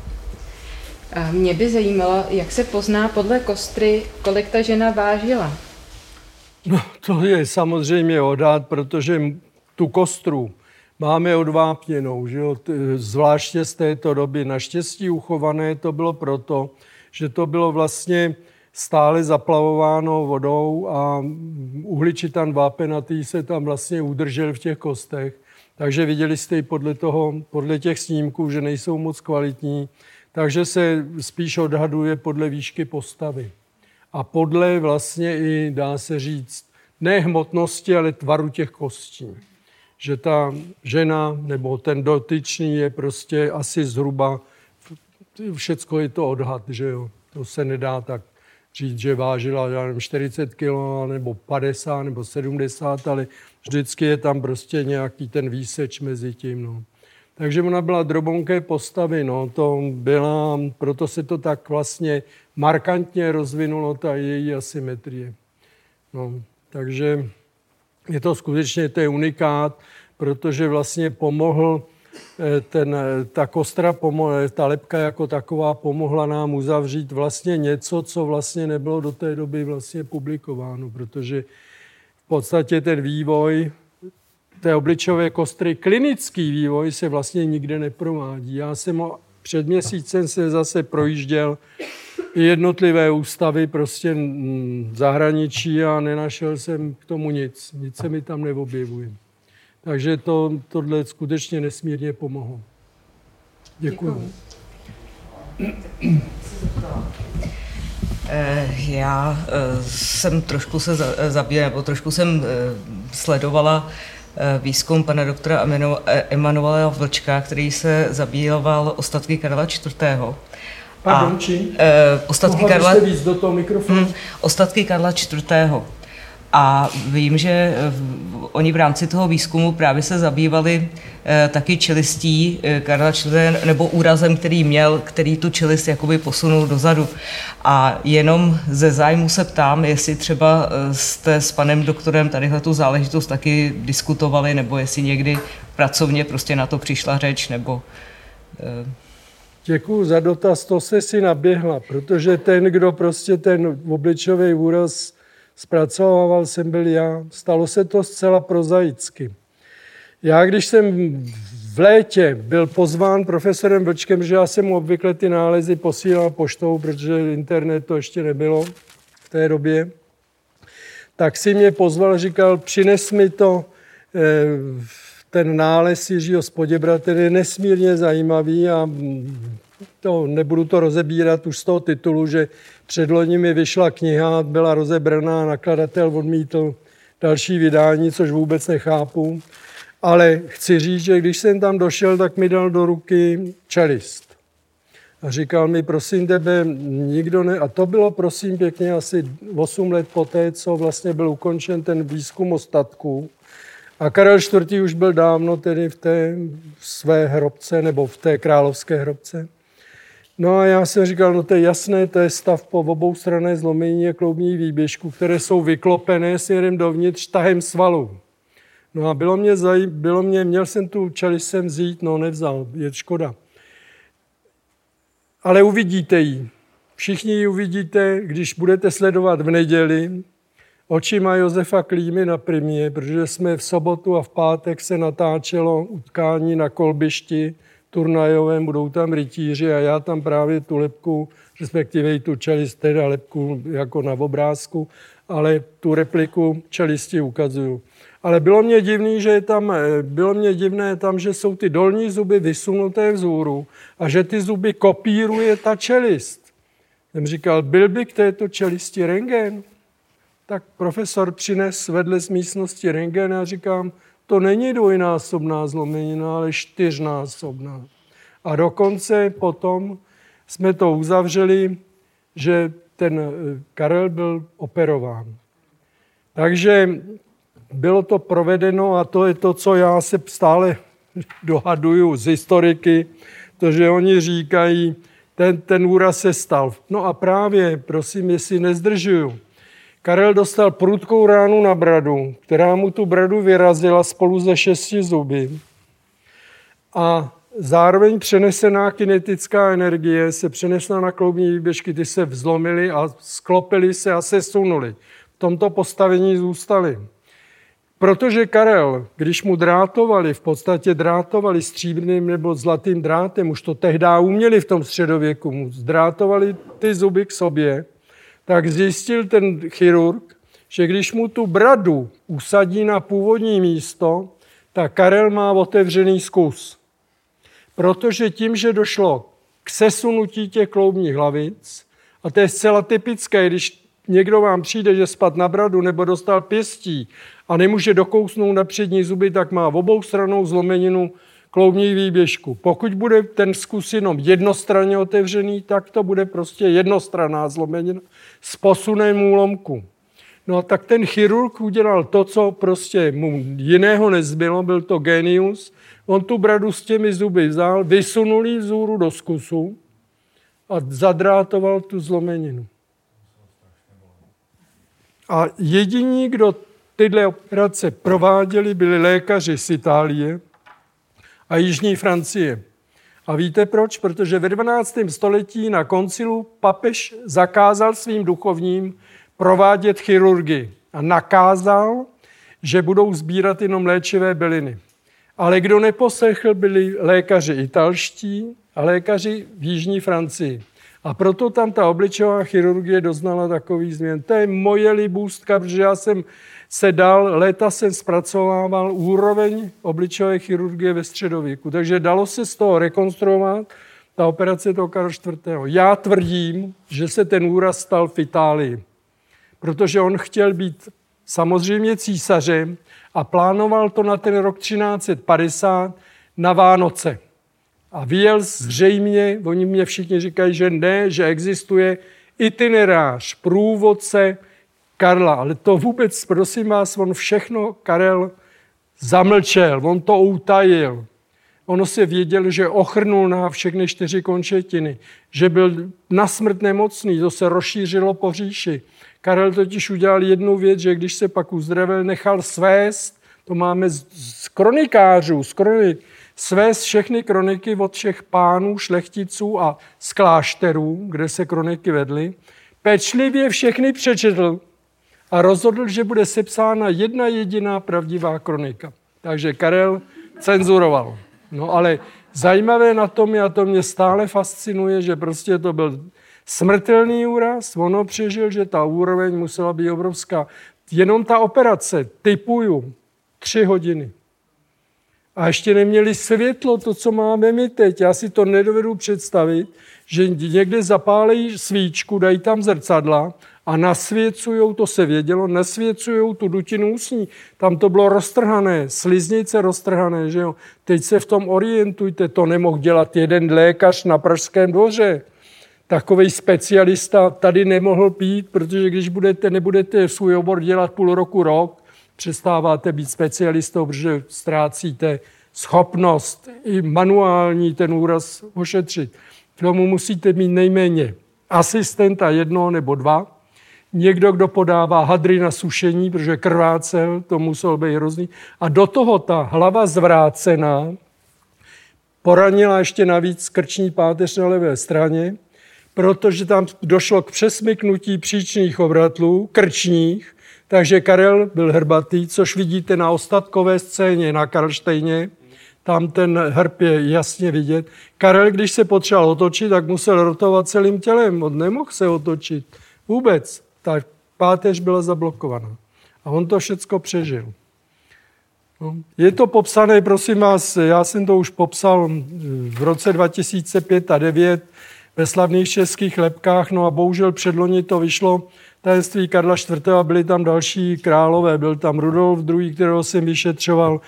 Mě by zajímalo, jak se pozná podle kostry, kolik ta žena vážila. No, to je samozřejmě odhad, protože tu kostru máme odvápněnou, že jo? Zvláště z této doby. Naštěstí uchované to bylo proto, že to bylo vlastně stále zaplavováno vodou a uhličitan vápenatý se tam vlastně udržel v těch kostech. Takže viděli jste i podle těch snímků, že nejsou moc kvalitní. Takže se spíš odhaduje podle výšky postavy. A podle vlastně i, dá se říct, ne hmotnosti, ale tvaru těch kostí. Že ta žena nebo ten dotyčný je prostě asi zhruba, všecko je to odhad, že jo. To se nedá tak říct, že vážila 40 kg nebo 50 nebo 70, ale vždycky je tam prostě nějaký ten výseč mezi tím. No. Takže ona byla drobonké postavy, no, proto se to tak vlastně markantně rozvinulo, ta její asymetrie. No, takže je to skutečně unikát, protože vlastně pomohl ta kostra, ta lebka jako taková pomohla nám uzavřít vlastně něco, co vlastně nebylo do té doby vlastně publikováno, protože v podstatě ten vývoj té obličové kostry, klinický vývoj se vlastně nikde neprovádí. Já jsem před měsícem se zase projížděl jednotlivé ústavy prostě v zahraničí a nenašel jsem k tomu nic. Nic se mi tam neobjevuje. Takže tohle skutečně nesmírně pomohlo. Děkuji. Já jsem trošku se zabývala, nebo trošku jsem sledovala výzkum pana doktora Emanuela Vlčka, který se zabýval ostatky Karla IV. Pardon, či? Ostatky Karla... víc do toho mikrofonu? Ostatky Karla IV. A vím, že oni v rámci toho výzkumu právě se zabývali taky čelistí Karla IV. Nebo úrazem, který měl, který tu čelist jakoby posunul dozadu. A jenom ze zájmu se ptám, jestli třeba jste s panem doktorem tadyhletu záležitost taky diskutovali, nebo jestli někdy pracovně prostě na to přišla řeč, nebo... Děkuju za dotaz, to se si naběhla, protože ten, kdo prostě ten obličový úraz zpracovával, jsem byl já. Stalo se to zcela prozaicky. Já, když jsem v létě byl pozván profesorem Vlčkem, že já jsem mu obvykle ty nálezy posílal poštou, protože internet to ještě nebylo v té době, tak si mě pozval, říkal, přines mi to, ten nález Jiřího z Poděbra, ten je nesmírně zajímavý a nebudu to rozebírat už z toho titulu, že předloni mi vyšla kniha, byla rozebraná, nakladatel odmítl další vydání, což vůbec nechápu. Ale chci říct, že když jsem tam došel, tak mi dal do ruky čelist. A říkal mi, prosím tebe, nikdo ne... A to bylo, prosím pěkně, asi 8 let poté, co vlastně byl ukončen ten výzkum ostatků. A Karel IV. Už byl dávno tedy v té své hrobce, nebo v té královské hrobce. No a já jsem říkal, no to je jasné, to je stav po oboustranné zlomení a kloubních výběžků, které jsou vyklopené směrem dovnitř tahem svalů. No a měl jsem tu čelist sem vzít, no nevzal, je škoda. Ale uvidíte ji. Všichni ji uvidíte, když budete sledovat v neděli očima Josefa Klímy na Primě, protože jsme v sobotu a v pátek se natáčelo utkání na kolbišti turnajovém, budou tam rytíři a já tam právě tu lebku, respektive i tu čelist, teda lebku jako na obrázku, ale tu repliku čelisti ukazuju. Ale bylo mě divné tam, že jsou ty dolní zuby vysunuté vzhůru a že ty zuby kopíruje ta čelist. Jsem říkal, byl by k této čelisti rentgen? Tak profesor přines vedle z místnosti rentgen a říkám, to není dvojnásobná zlomenina, ale 4násobná. A dokonce potom jsme to uzavřeli, že ten Karel byl operován. Takže bylo to provedeno a to je to, co já se stále dohaduju z historiky, protože oni říkají, ten úraz se stal. No a právě, prosím, jestli nezdržuju, Karel dostal prudkou ránu na bradu, která mu tu bradu vyrazila spolu ze 6 zuby. A zároveň přenesená kinetická energie se přenesla na kloubní výběžky, ty se vzlomily a sklopily se a sesunuly. V tomto postavení zůstaly. Protože Karel, když mu drátovali, v podstatě drátovali stříbrným nebo zlatým drátem, už to tehdy uměli v tom středověku, mu zdrátovali ty zuby k sobě, tak zjistil ten chirurg, že když mu tu bradu usadí na původní místo, tak Karel má otevřený zkus. Protože tím, že došlo k sesunutí těch kloubních hlavic, a to je zcela typické, když někdo vám přijde, že spadl na bradu nebo dostal pěstí a nemůže dokousnout na přední zuby, tak má oboustrannou zlomeninu kloubní výběžku. Pokud bude ten zkus jenom jednostranně otevřený, tak to bude prostě jednostranná zlomenina s posunem úlomku. No a tak ten chirurg udělal to, co prostě mu jiného nezbylo, byl to genius. On tu bradu s těmi zuby vzal, vysunul ji vzhůru do zkusu a zadrátoval tu zlomeninu. A jediní, kdo tyhle operace prováděli, byli lékaři z Itálie a jižní Francie. A víte proč? Protože ve 12. století na koncilu papež zakázal svým duchovním provádět chirurgii a nakázal, že budou sbírat jenom léčivé byliny. Ale kdo neposlechl, byli lékaři italští a lékaři v jižní Francii. A proto tam ta obličejová chirurgie doznala takový změn. To je moje libůstka, protože já jsem léta jsem zpracovával úroveň obličejové chirurgie ve středověku. Takže dalo se z toho rekonstruovat ta operace toho Karla IV. Já tvrdím, že se ten úraz stal v Itálii, protože on chtěl být samozřejmě císařem a plánoval to na ten rok 1350 na Vánoce. A vyjel zřejmě, oni mě všichni říkají, že ne, že existuje itinerář, průvodce Karla. Ale to vůbec, prosím vás, on všechno Karel zamlčel, on to utajil. Ono se věděl, že ochrnul na všechny 4 končetiny, že byl na smrt nemocný, to se rozšířilo po říši. Karel totiž udělal jednu věc, že když se pak uzdravil, nechal svést, to máme z kronikářů, svést všechny kroniky od všech pánů, šlechticů a z klášterů, kde se kroniky vedly, pečlivě všechny přečetl a rozhodl, že bude sepsána jedna jediná pravdivá kronika. Takže Karel cenzuroval. No ale zajímavé na tom je, a to mě stále fascinuje, že prostě to byl smrtelný úraz, ono přežil, že ta úroveň musela být obrovská. Jenom ta operace, typuju, 3 hodiny. A ještě neměli světlo, to, co máme my teď. Já si to nedovedu představit, že někde zapálejí svíčku, dají tam zrcadla a nasvěcujou, to se vědělo, nasvěcujou tu dutinu ústní. Tam to bylo roztrhané, sliznice roztrhané, že jo. Teď se v tom orientujte, to nemohl dělat jeden lékař na Pražském dvoře. Takovej specialista tady nemohl být, protože když nebudete svůj obor dělat půl roku, rok, přestáváte být specialistou, protože ztrácíte schopnost i manuální ten úraz ošetřit. K tomu musíte mít nejméně asistenta 1 nebo 2, někdo, kdo podává hadry na sušení, protože krvácel, to muselo být hrozný. A do toho ta hlava zvrácená poranila ještě navíc krční páteř na levé straně, protože tam došlo k přesmyknutí příčných obratlů, krčních, takže Karel byl hrbatý, což vidíte na ostatkové scéně na Karlštejně. Tam ten hrb je jasně vidět. Karel, když se potřeboval otočit, tak musel rotovat celým tělem. On nemohl se otočit vůbec. Ta páteř byla zablokovaná. A on to všecko přežil. No. Je to popsané, prosím vás, já jsem to už popsal v roce 2005 a 2009 ve slavných českých lebkách, no a bohužel předloni to vyšlo tajemství Karla IV. A byli tam další králové. Byl tam Rudolf II., kterého jsem vyšetřoval,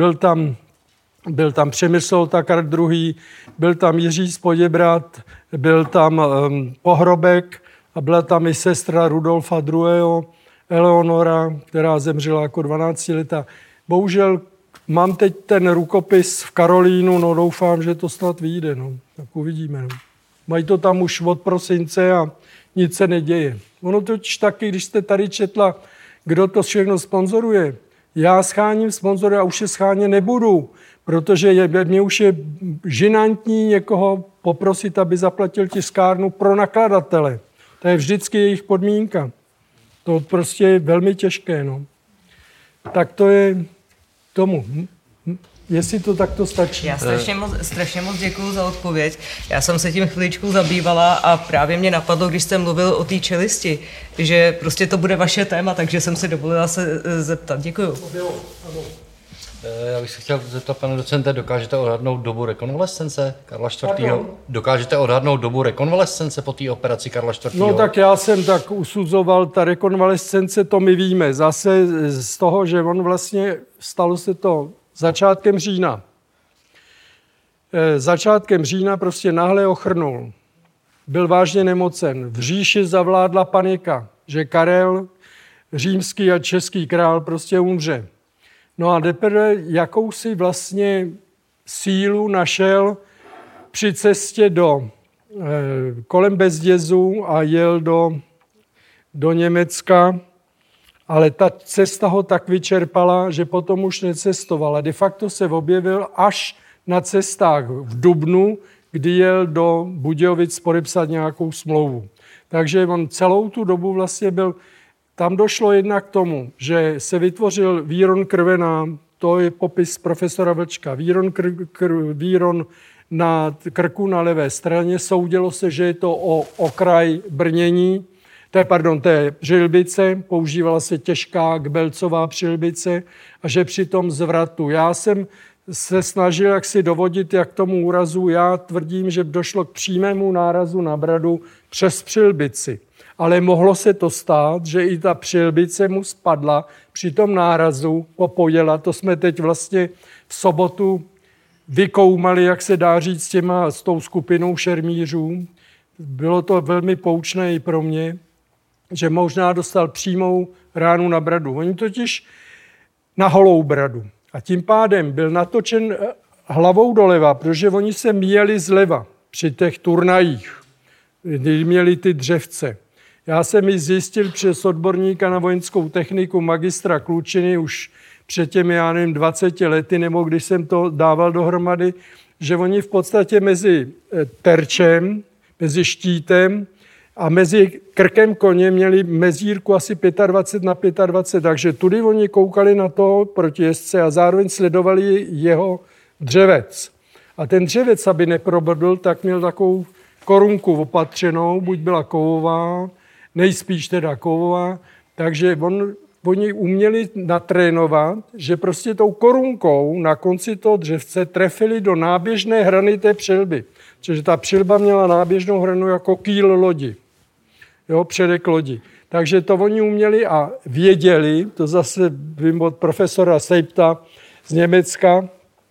byl tam Přemysl Takart II., byl tam Jiří z Poděbrad, byl tam Pohrobek a byla tam i sestra Rudolfa II., Eleonora, která zemřela jako 12letá. Bohužel mám teď ten rukopis v Karolínu, no doufám, že to snad vyjde, no. Tak uvidíme, no. Mají to tam už od prosince a nic se neděje. Ono totiž taky, když jste tady četla, kdo to všechno sponzoruje. Já scháním sponzory a už je scháně nebudu, protože mě už je žinantní někoho poprosit, aby zaplatil tiskárnu pro nakladatele. To je vždycky jejich podmínka. To prostě je velmi těžké, no. Tak to je tomu. Jestli to takto stačí. Já strašně moc děkuju za odpověď. Já jsem se tím chviličku zabývala a právě mě napadlo, když jste mluvil o té čelisti, že prostě to bude vaše téma, takže jsem si dovolila se zeptat. Děkuju. Já bych se chtěl zeptat, pane docente, dokážete odhadnout dobu rekonvalescence Karla IV.? Dokážete odhadnout dobu rekonvalescence po té operaci Karla IV.? No tak já jsem tak usuzoval, ta rekonvalescence, to my víme. Zase z toho, že on vlastně stalo se to začátkem října. Začátkem října prostě náhle ochrnul. Byl vážně nemocen. V říši zavládla panika, že Karel, římský a český král, prostě umře. No a teprve jakousi vlastně sílu našel při cestě kolem Bezdězu a jel do Německa, ale ta cesta ho tak vyčerpala, že potom už necestoval. A de facto se objevil až na cestách v dubnu, kdy jel do Budějovic podepsat nějakou smlouvu. Takže on celou tu dobu vlastně byl. Tam došlo jednak k tomu, že se vytvořil víron krvená, to je popis profesora Vlčka, víron na krku na levé straně, soudilo se, že je to o okraj brnění, té přilbice, používala se těžká kbelcová přilbice a že při tom zvratu. Já jsem se snažil jaksi dovodit, jak tomu úrazu, já tvrdím, že došlo k přímému nárazu na bradu přes přilbici. Ale mohlo se to stát, že i ta přilbice mu spadla při tom nárazu, popojela. To jsme teď vlastně v sobotu vykoumali, jak se dá říct, s tou skupinou šermířů. Bylo to velmi poučné i pro mě, že možná dostal přímou ránu na bradu. Oni totiž na holou bradu. A tím pádem byl natočen hlavou doleva, protože oni se míjeli zleva při těch turnajích, kdy měli ty dřevce. Já jsem ji zjistil přes odborníka na vojenskou techniku magistra Klučiny už před těmi, 20 lety, nebo když jsem to dával dohromady, že oni v podstatě mezi terčem, mezi štítem a mezi krkem koně měli mezírku asi 25 na 25, takže tudy oni koukali na toho protijezdce a zároveň sledovali jeho dřevec. A ten dřevec, aby neprobrdl, tak měl takovou korunku opatřenou, buď byla kovová, nejspíš teda kovová, takže oni uměli natrénovat, že prostě tou korunkou na konci toho dřevce trefili do náběžné hrany té přilby. Protože ta přilba měla náběžnou hranu jako kýl lodi, jo, předek lodi. Takže to oni uměli a věděli, to zase vím od profesora Sejpta z Německa,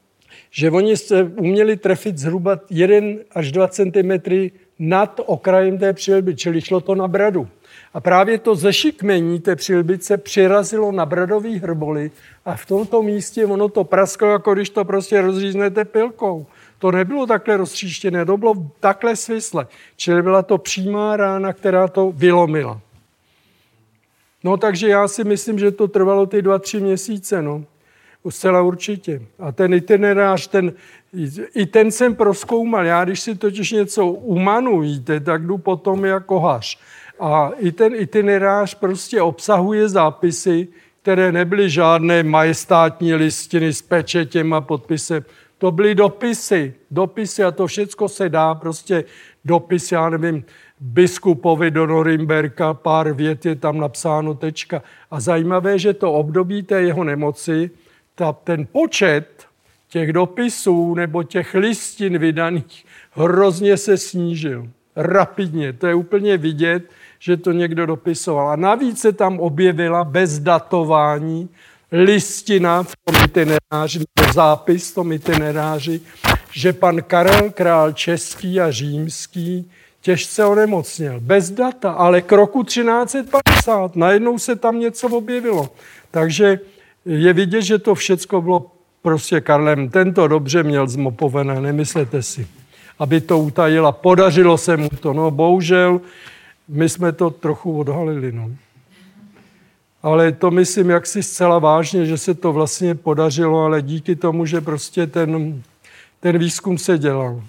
že oni se uměli trefit zhruba 1 až 2 cm nad okrajem té přilby, čili šlo to na bradu. A právě to zešikmení té přilbice přirazilo na bradový hrboly a v tomto místě ono to prasklo, jako když to prostě rozříznete pilkou. To nebylo takhle roztříštěné, to bylo takhle svisle. Čili byla to přímá rána, která to vylomila. No takže já si myslím, že to trvalo ty 2-3 měsíce, no. Zcela určitě. A ten itinerář, i ten jsem prozkoumal. Já, když si totiž něco umanu, víte, tak jdu potom jako hař. A i ten itinerář prostě obsahuje zápisy, které nebyly žádné majestátní listiny s pečetěm a podpisem. To byly dopisy a to všecko se dá, prostě dopis, já nevím, biskupovi do Norimberka, pár vět je tam napsáno, tečka. A zajímavé, že to období té jeho nemoci, ten počet těch dopisů nebo těch listin vydaných hrozně se snížil. Rapidně. To je úplně vidět, že to někdo dopisoval. A navíc se tam objevila bez datování listina v tom itineráři, zápis v tom itineráři, že pan Karel, král český a římský, těžce onemocněl. Bez data, ale k roku 1350. Najednou se tam něco objevilo. Takže je vidět, že to všecko bylo prostě Karlem. Tento dobře měl zmopovené, nemyslete si, aby to utajila. Podařilo se mu to. No bohužel, my jsme to trochu odhalili. No. Ale to myslím jaksi zcela vážně, že se to vlastně podařilo, ale díky tomu, že prostě ten výzkum se dělal.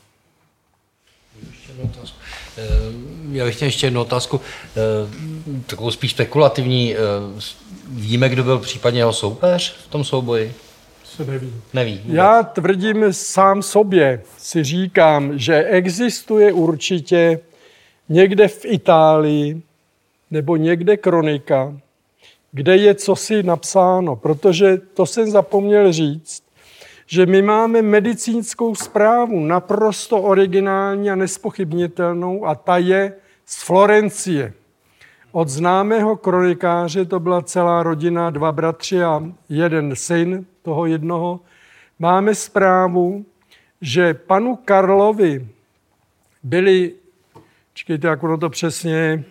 Já bych chtěl ještě jednu otázku, takovou spíš spekulativní. Víme, kdo byl případně jeho soupeř v tom souboji? Se neví. Neví. Já tvrdím sám sobě, si říkám, že existuje určitě někde v Itálii nebo někde kronika, kde je cosi napsáno, protože to jsem zapomněl říct, že my máme medicínskou zprávu naprosto originální a nespochybnitelnou a ta je z Florencie. Od známého kronikáře, to byla celá rodina, 2 bratři a 1 syn toho jednoho, máme zprávu, že panu Karlovi byli, čekejte, jak ono to přesně je,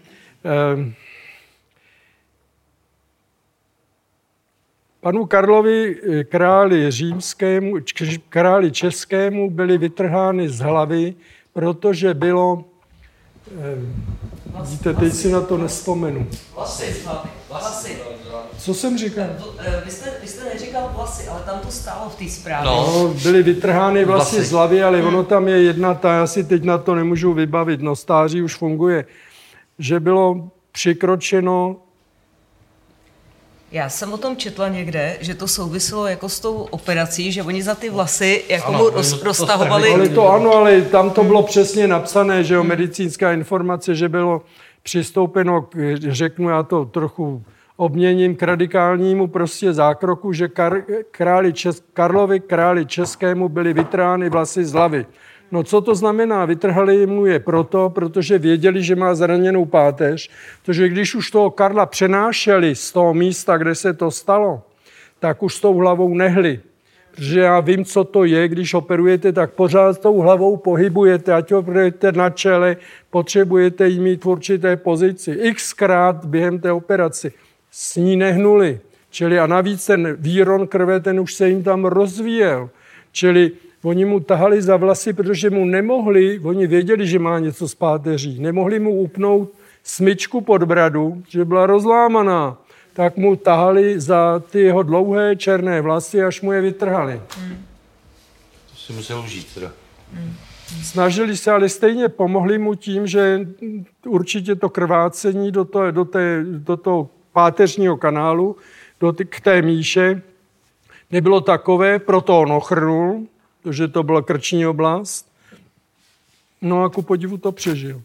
panu Karlovi, králi římskému, králi českému byly vytrhány z hlavy, protože bylo, vidíte, teď si na to nevzpomenu. Vlasy. Co jsem říkal? Vy jste neříkal vlasy, ale tam to stálo v té zprávě. No, byly vytrhány vlasy z hlavy, ale ono tam je jedna, já si teď na to nemůžu vybavit, no stáří už funguje, že bylo přikročeno. Já jsem o tom četla někde, že to souviselo jako s tou operací, že oni za ty vlasy jako mu roztahovali. Ale to ano, ale tam to bylo přesně napsané, že jo, medicínská informace, že bylo přistoupeno, řeknu já to trochu obměním, k radikálnímu prostě zákroku, že Karlovi králi českému byly vytrhány vlasy z hlavy. No co to znamená? Vytrhali mu je protože věděli, že má zraněnou páteř, protože když už toho Karla přenášeli z toho místa, kde se to stalo, tak už s tou hlavou nehli. Protože já vím, co to je, když operujete, tak pořád s tou hlavou pohybujete, ať operujete na čele, potřebujete ji mít v určité pozici. Xkrát během té operace s ní nehnuli. Čili a navíc ten výron krve, ten už se jim tam rozvíjel. Čili oni mu tahali za vlasy, protože mu nemohli, oni věděli, že má něco s páteří, nemohli mu upnout smyčku pod bradu, že byla rozlámaná, tak mu tahali za ty jeho dlouhé černé vlasy, až mu je vytrhali. To si musel užít teda. Snažili se, ale stejně pomohli mu tím, že určitě to krvácení do toho páteřního kanálu, k té míše, nebylo takové, proto on ochrnul, protože to byla krční oblast. No a ku podivu to přežil.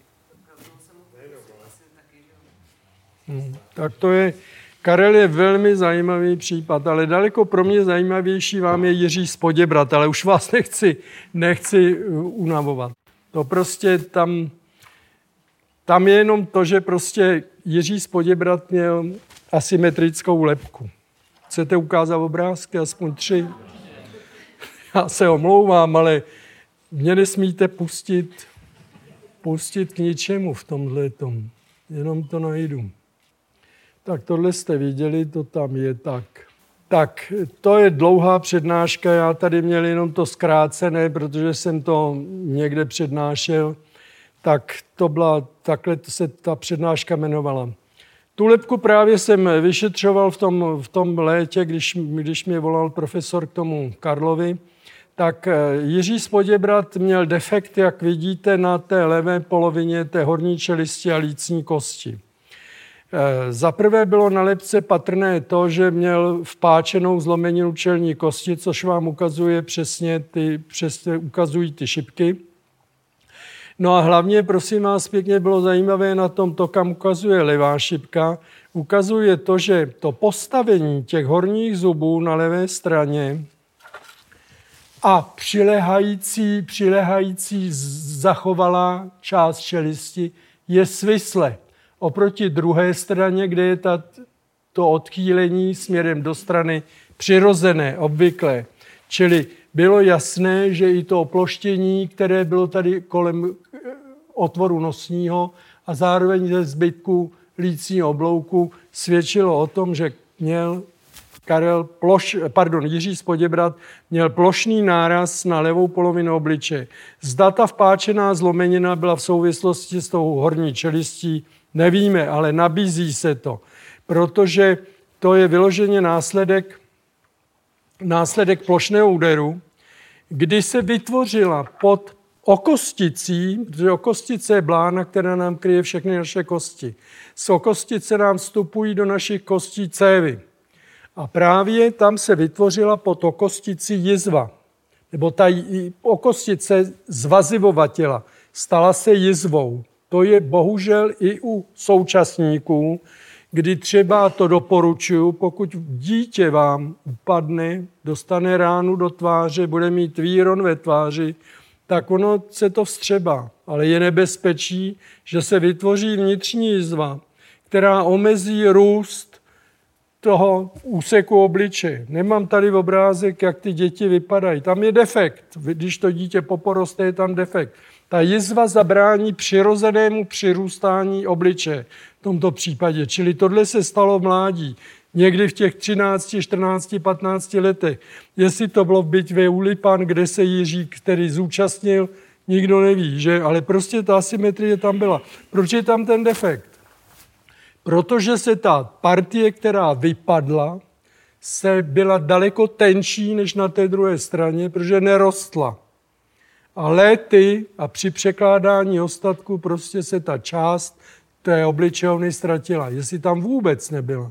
Tak to je, Karel je velmi zajímavý případ, ale daleko pro mě zajímavější vám je Jiří z Poděbrad, ale už vás nechci unavovat. To prostě tam je jenom to, že prostě Jiří z Poděbrad měl asymetrickou lebku. Chcete ukázat obrázky, aspoň 3? Já se omlouvám, ale mě nesmíte pustit k ničemu v tomhletom. Jenom to najdu. Tak tohle jste viděli, to tam je tak. Tak, to je dlouhá přednáška, já tady měl jenom to zkrácené, protože jsem to někde přednášel. Tak to byla, takhle se ta přednáška jmenovala. Tu lebku právě jsem vyšetřoval v tom létě, když mě volal profesor k tomu Karlovi. Tak Jiří Spoděbrat měl defekt, jak vidíte, na té levé polovině té horní čelisti a lícní kosti. Za prvé bylo na lebce patrné to, že měl vpáčenou zlomeninu čelní kosti, což vám ukazuje přesně ukazují ty šipky. No a hlavně, prosím vás, pěkně bylo zajímavé na tom, to, kam ukazuje levá šipka, ukazuje to, že to postavení těch horních zubů na levé straně a přilehající zachovalá část čelisti je svisle. Oproti druhé straně, kde je to odchýlení směrem do strany přirozené, obvyklé. Čili bylo jasné, že i to oploštění, které bylo tady kolem otvoru nosního a zároveň ze zbytku lícního oblouku, svědčilo o tom, že měl Jiří Spoděbrat měl plošný náraz na levou polovinu obličeje. Zda ta vpáčená zlomenina byla v souvislosti s tou horní čelistí, nevíme, ale nabízí se to, protože to je vyloženě následek plošného úderu, kdy se vytvořila pod okosticí, protože okostice je blána, která nám kryje všechny naše kosti. Z okostice nám vstupují do našich kostí cévy. A právě tam se vytvořila pod okosticí jizva. Nebo ta okostice zvazivova těla stala se jizvou. To je bohužel i u současníků, kdy třeba to doporučuju, pokud dítě vám upadne, dostane ránu do tváře, bude mít výron ve tváři, tak ono se to vstřebá. Ale je nebezpečí, že se vytvoří vnitřní jizva, která omezí růst toho úseku obličeje. Nemám tady obrázek, jak ty děti vypadají. Tam je defekt. Když to dítě poporoste, je tam defekt. Ta jizva zabrání přirozenému přirůstání obličeje v tomto případě. Čili tohle se stalo v mládí. Někdy v těch 13, 14, 15 letech. Jestli to bylo v bitvě u Lipan, kde se Jiřík, který zúčastnil, nikdo neví, že? Ale prostě ta asymetrie tam byla. Proč je tam ten defekt? Protože se ta partie, která vypadla, byla daleko tenčí než na té druhé straně, protože nerostla. A léty a při překládání ostatku prostě se ta část té obličejovny ztratila, jestli tam vůbec nebyla.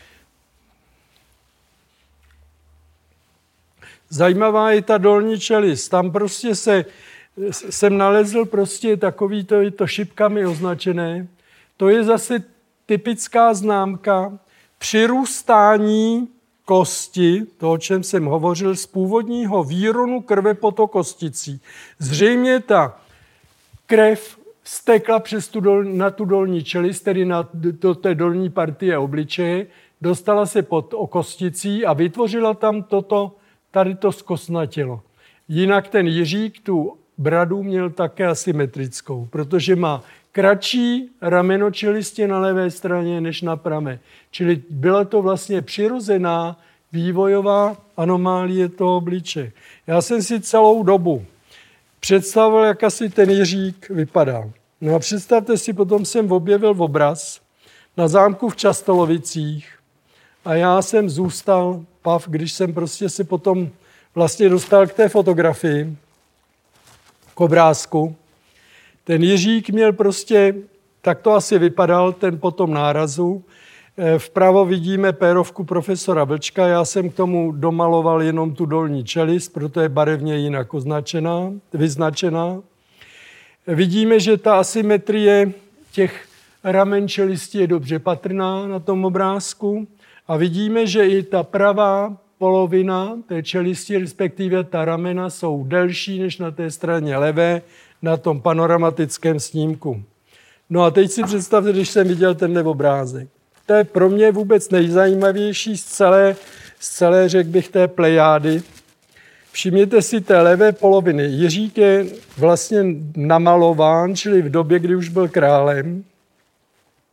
Zajímavá je ta dolní čelist. Tam prostě jsem nalezl prostě takový to šipkami označené. To je zase typická známka přirůstání kosti, to, o čem jsem hovořil, z původního výronu krve pod kosticí. Zřejmě ta krev stekla na tu dolní čelist, tedy do té dolní partie obličeje, dostala se pod kosticí a vytvořila tam tady to zkostnatělo. Jinak ten Jiřík tu bradu měl také asymetrickou, protože má kratší rameno čelistě na levé straně než na pravé. Čili byla to vlastně přirozená vývojová anomálie toho obličeje. Já jsem si celou dobu představil, jak asi ten Jiřík vypadá. No a představte si, potom jsem objevil obraz na zámku v Častolovicích a já jsem zůstal pav, když jsem prostě se potom vlastně dostal k té fotografii, k obrázku. Ten Jiřík měl prostě, tak to asi vypadal, ten po tom nárazu. Vpravo vidíme pérovku profesora Vlčka, já jsem k tomu domaloval jenom tu dolní čelist, proto je barevně jinak vyznačená. Vidíme, že ta asymetrie těch ramen čelisti je dobře patrná na tom obrázku a vidíme, že i ta pravá polovina té čelisti, respektive ta ramena, jsou delší než na té straně levé, na tom panoramatickém snímku. No a teď si představte, když jsem viděl tenhle obrázek. To je pro mě vůbec nejzajímavější z celé, řekl bych, té plejády. Všimněte si té levé poloviny. Jiřík je vlastně namalován, čili v době, kdy už byl králem.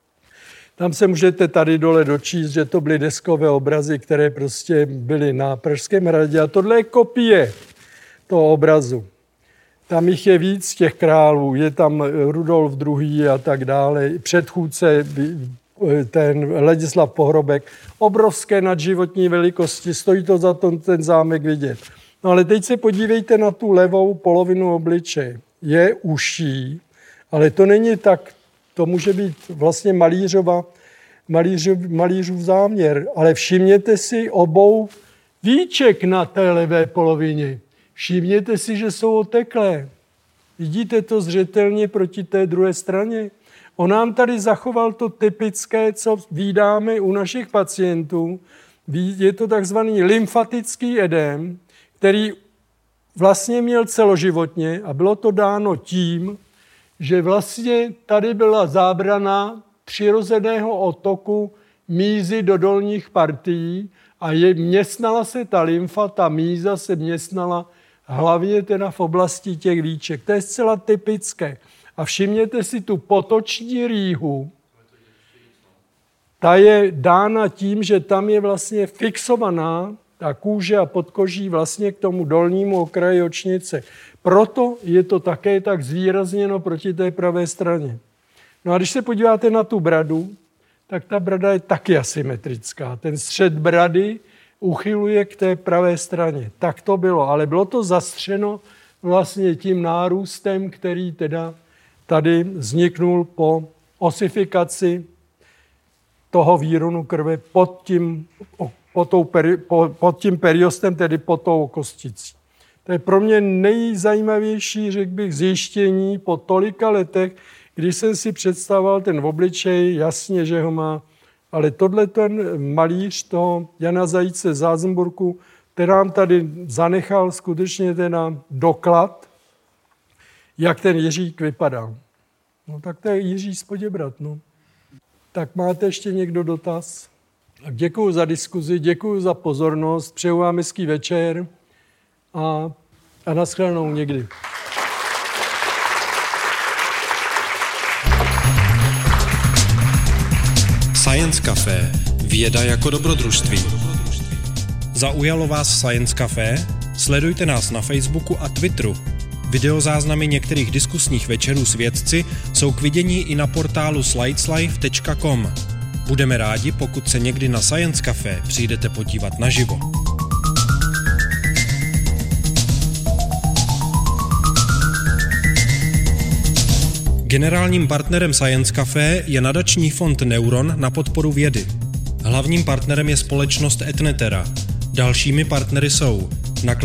Tam se můžete tady dole dočíst, že to byly deskové obrazy, které prostě byly na Pražském hradě. A tohle je kopie toho obrazu. Tam jich je víc těch králů. Je tam Rudolf II. A tak dále. Předchůdce, ten Ladislav Pohrobek. Obrovské nadživotní velikosti. Stojí to za to ten zámek vidět. No ale teď se podívejte na tu levou polovinu obličeje. Je uší, ale to není tak, to může být vlastně malířův záměr. Ale všimněte si obou víček na té levé polovině. Všimněte si, že jsou oteklé. Vidíte to zřetelně proti té druhé straně? On nám tady zachoval to typické, co vídáme u našich pacientů. Je to takzvaný lymfatický edém, který vlastně měl celoživotně a bylo to dáno tím, že vlastně tady byla zábrana přirozeného otoku mízy do dolních partií a městnala se ta lymfa, ta míza se městnala hlavně teda v oblasti těch víček. To je zcela typické. A všimněte si tu potoční rýhu. Ta je dána tím, že tam je vlastně fixovaná ta kůže a podkoží vlastně k tomu dolnímu okraji očnice. Proto je to také tak zvýrazněno proti té pravé straně. No a když se podíváte na tu bradu, tak ta brada je taky asymetrická. Ten střed brady uchyluje k té pravé straně. Tak to bylo, ale bylo to zastřeno vlastně tím nárůstem, který teda tady vzniknul po osifikaci toho výronu krve pod tím periostem, tedy pod tou kosticí. To je pro mě nejzajímavější, řekl bych, zjištění po tolika letech, když jsem si představoval ten obličej, jasně, že ho má, ale tohle ten malíř toho Jana Zajíce z Zázenburku, který nám tady zanechal skutečně ten doklad, jak ten Jiřík vypadá. No tak to je Jiří z Poděbrad, no. Tak máte ještě někdo dotaz? Děkuju za diskuzi, děkuju za pozornost, přeju vám hezký večer a nashledanou někdy. Science Café. Věda jako dobrodružství. Zaujalo vás Science Café? Sledujte nás na Facebooku a Twitteru. Videozáznamy některých diskusních večerů s vědci jsou k vidění i na portálu slideslife.com. Budeme rádi, pokud se někdy na Science Café přijdete podívat naživo. Generálním partnerem Science Café je nadační fond Neuron na podporu vědy. Hlavním partnerem je společnost Etnetera. Dalšími partnery jsou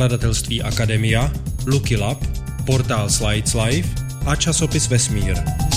nakladatelství Akademia, Lucky Lab, portál Slides Life a časopis Vesmír.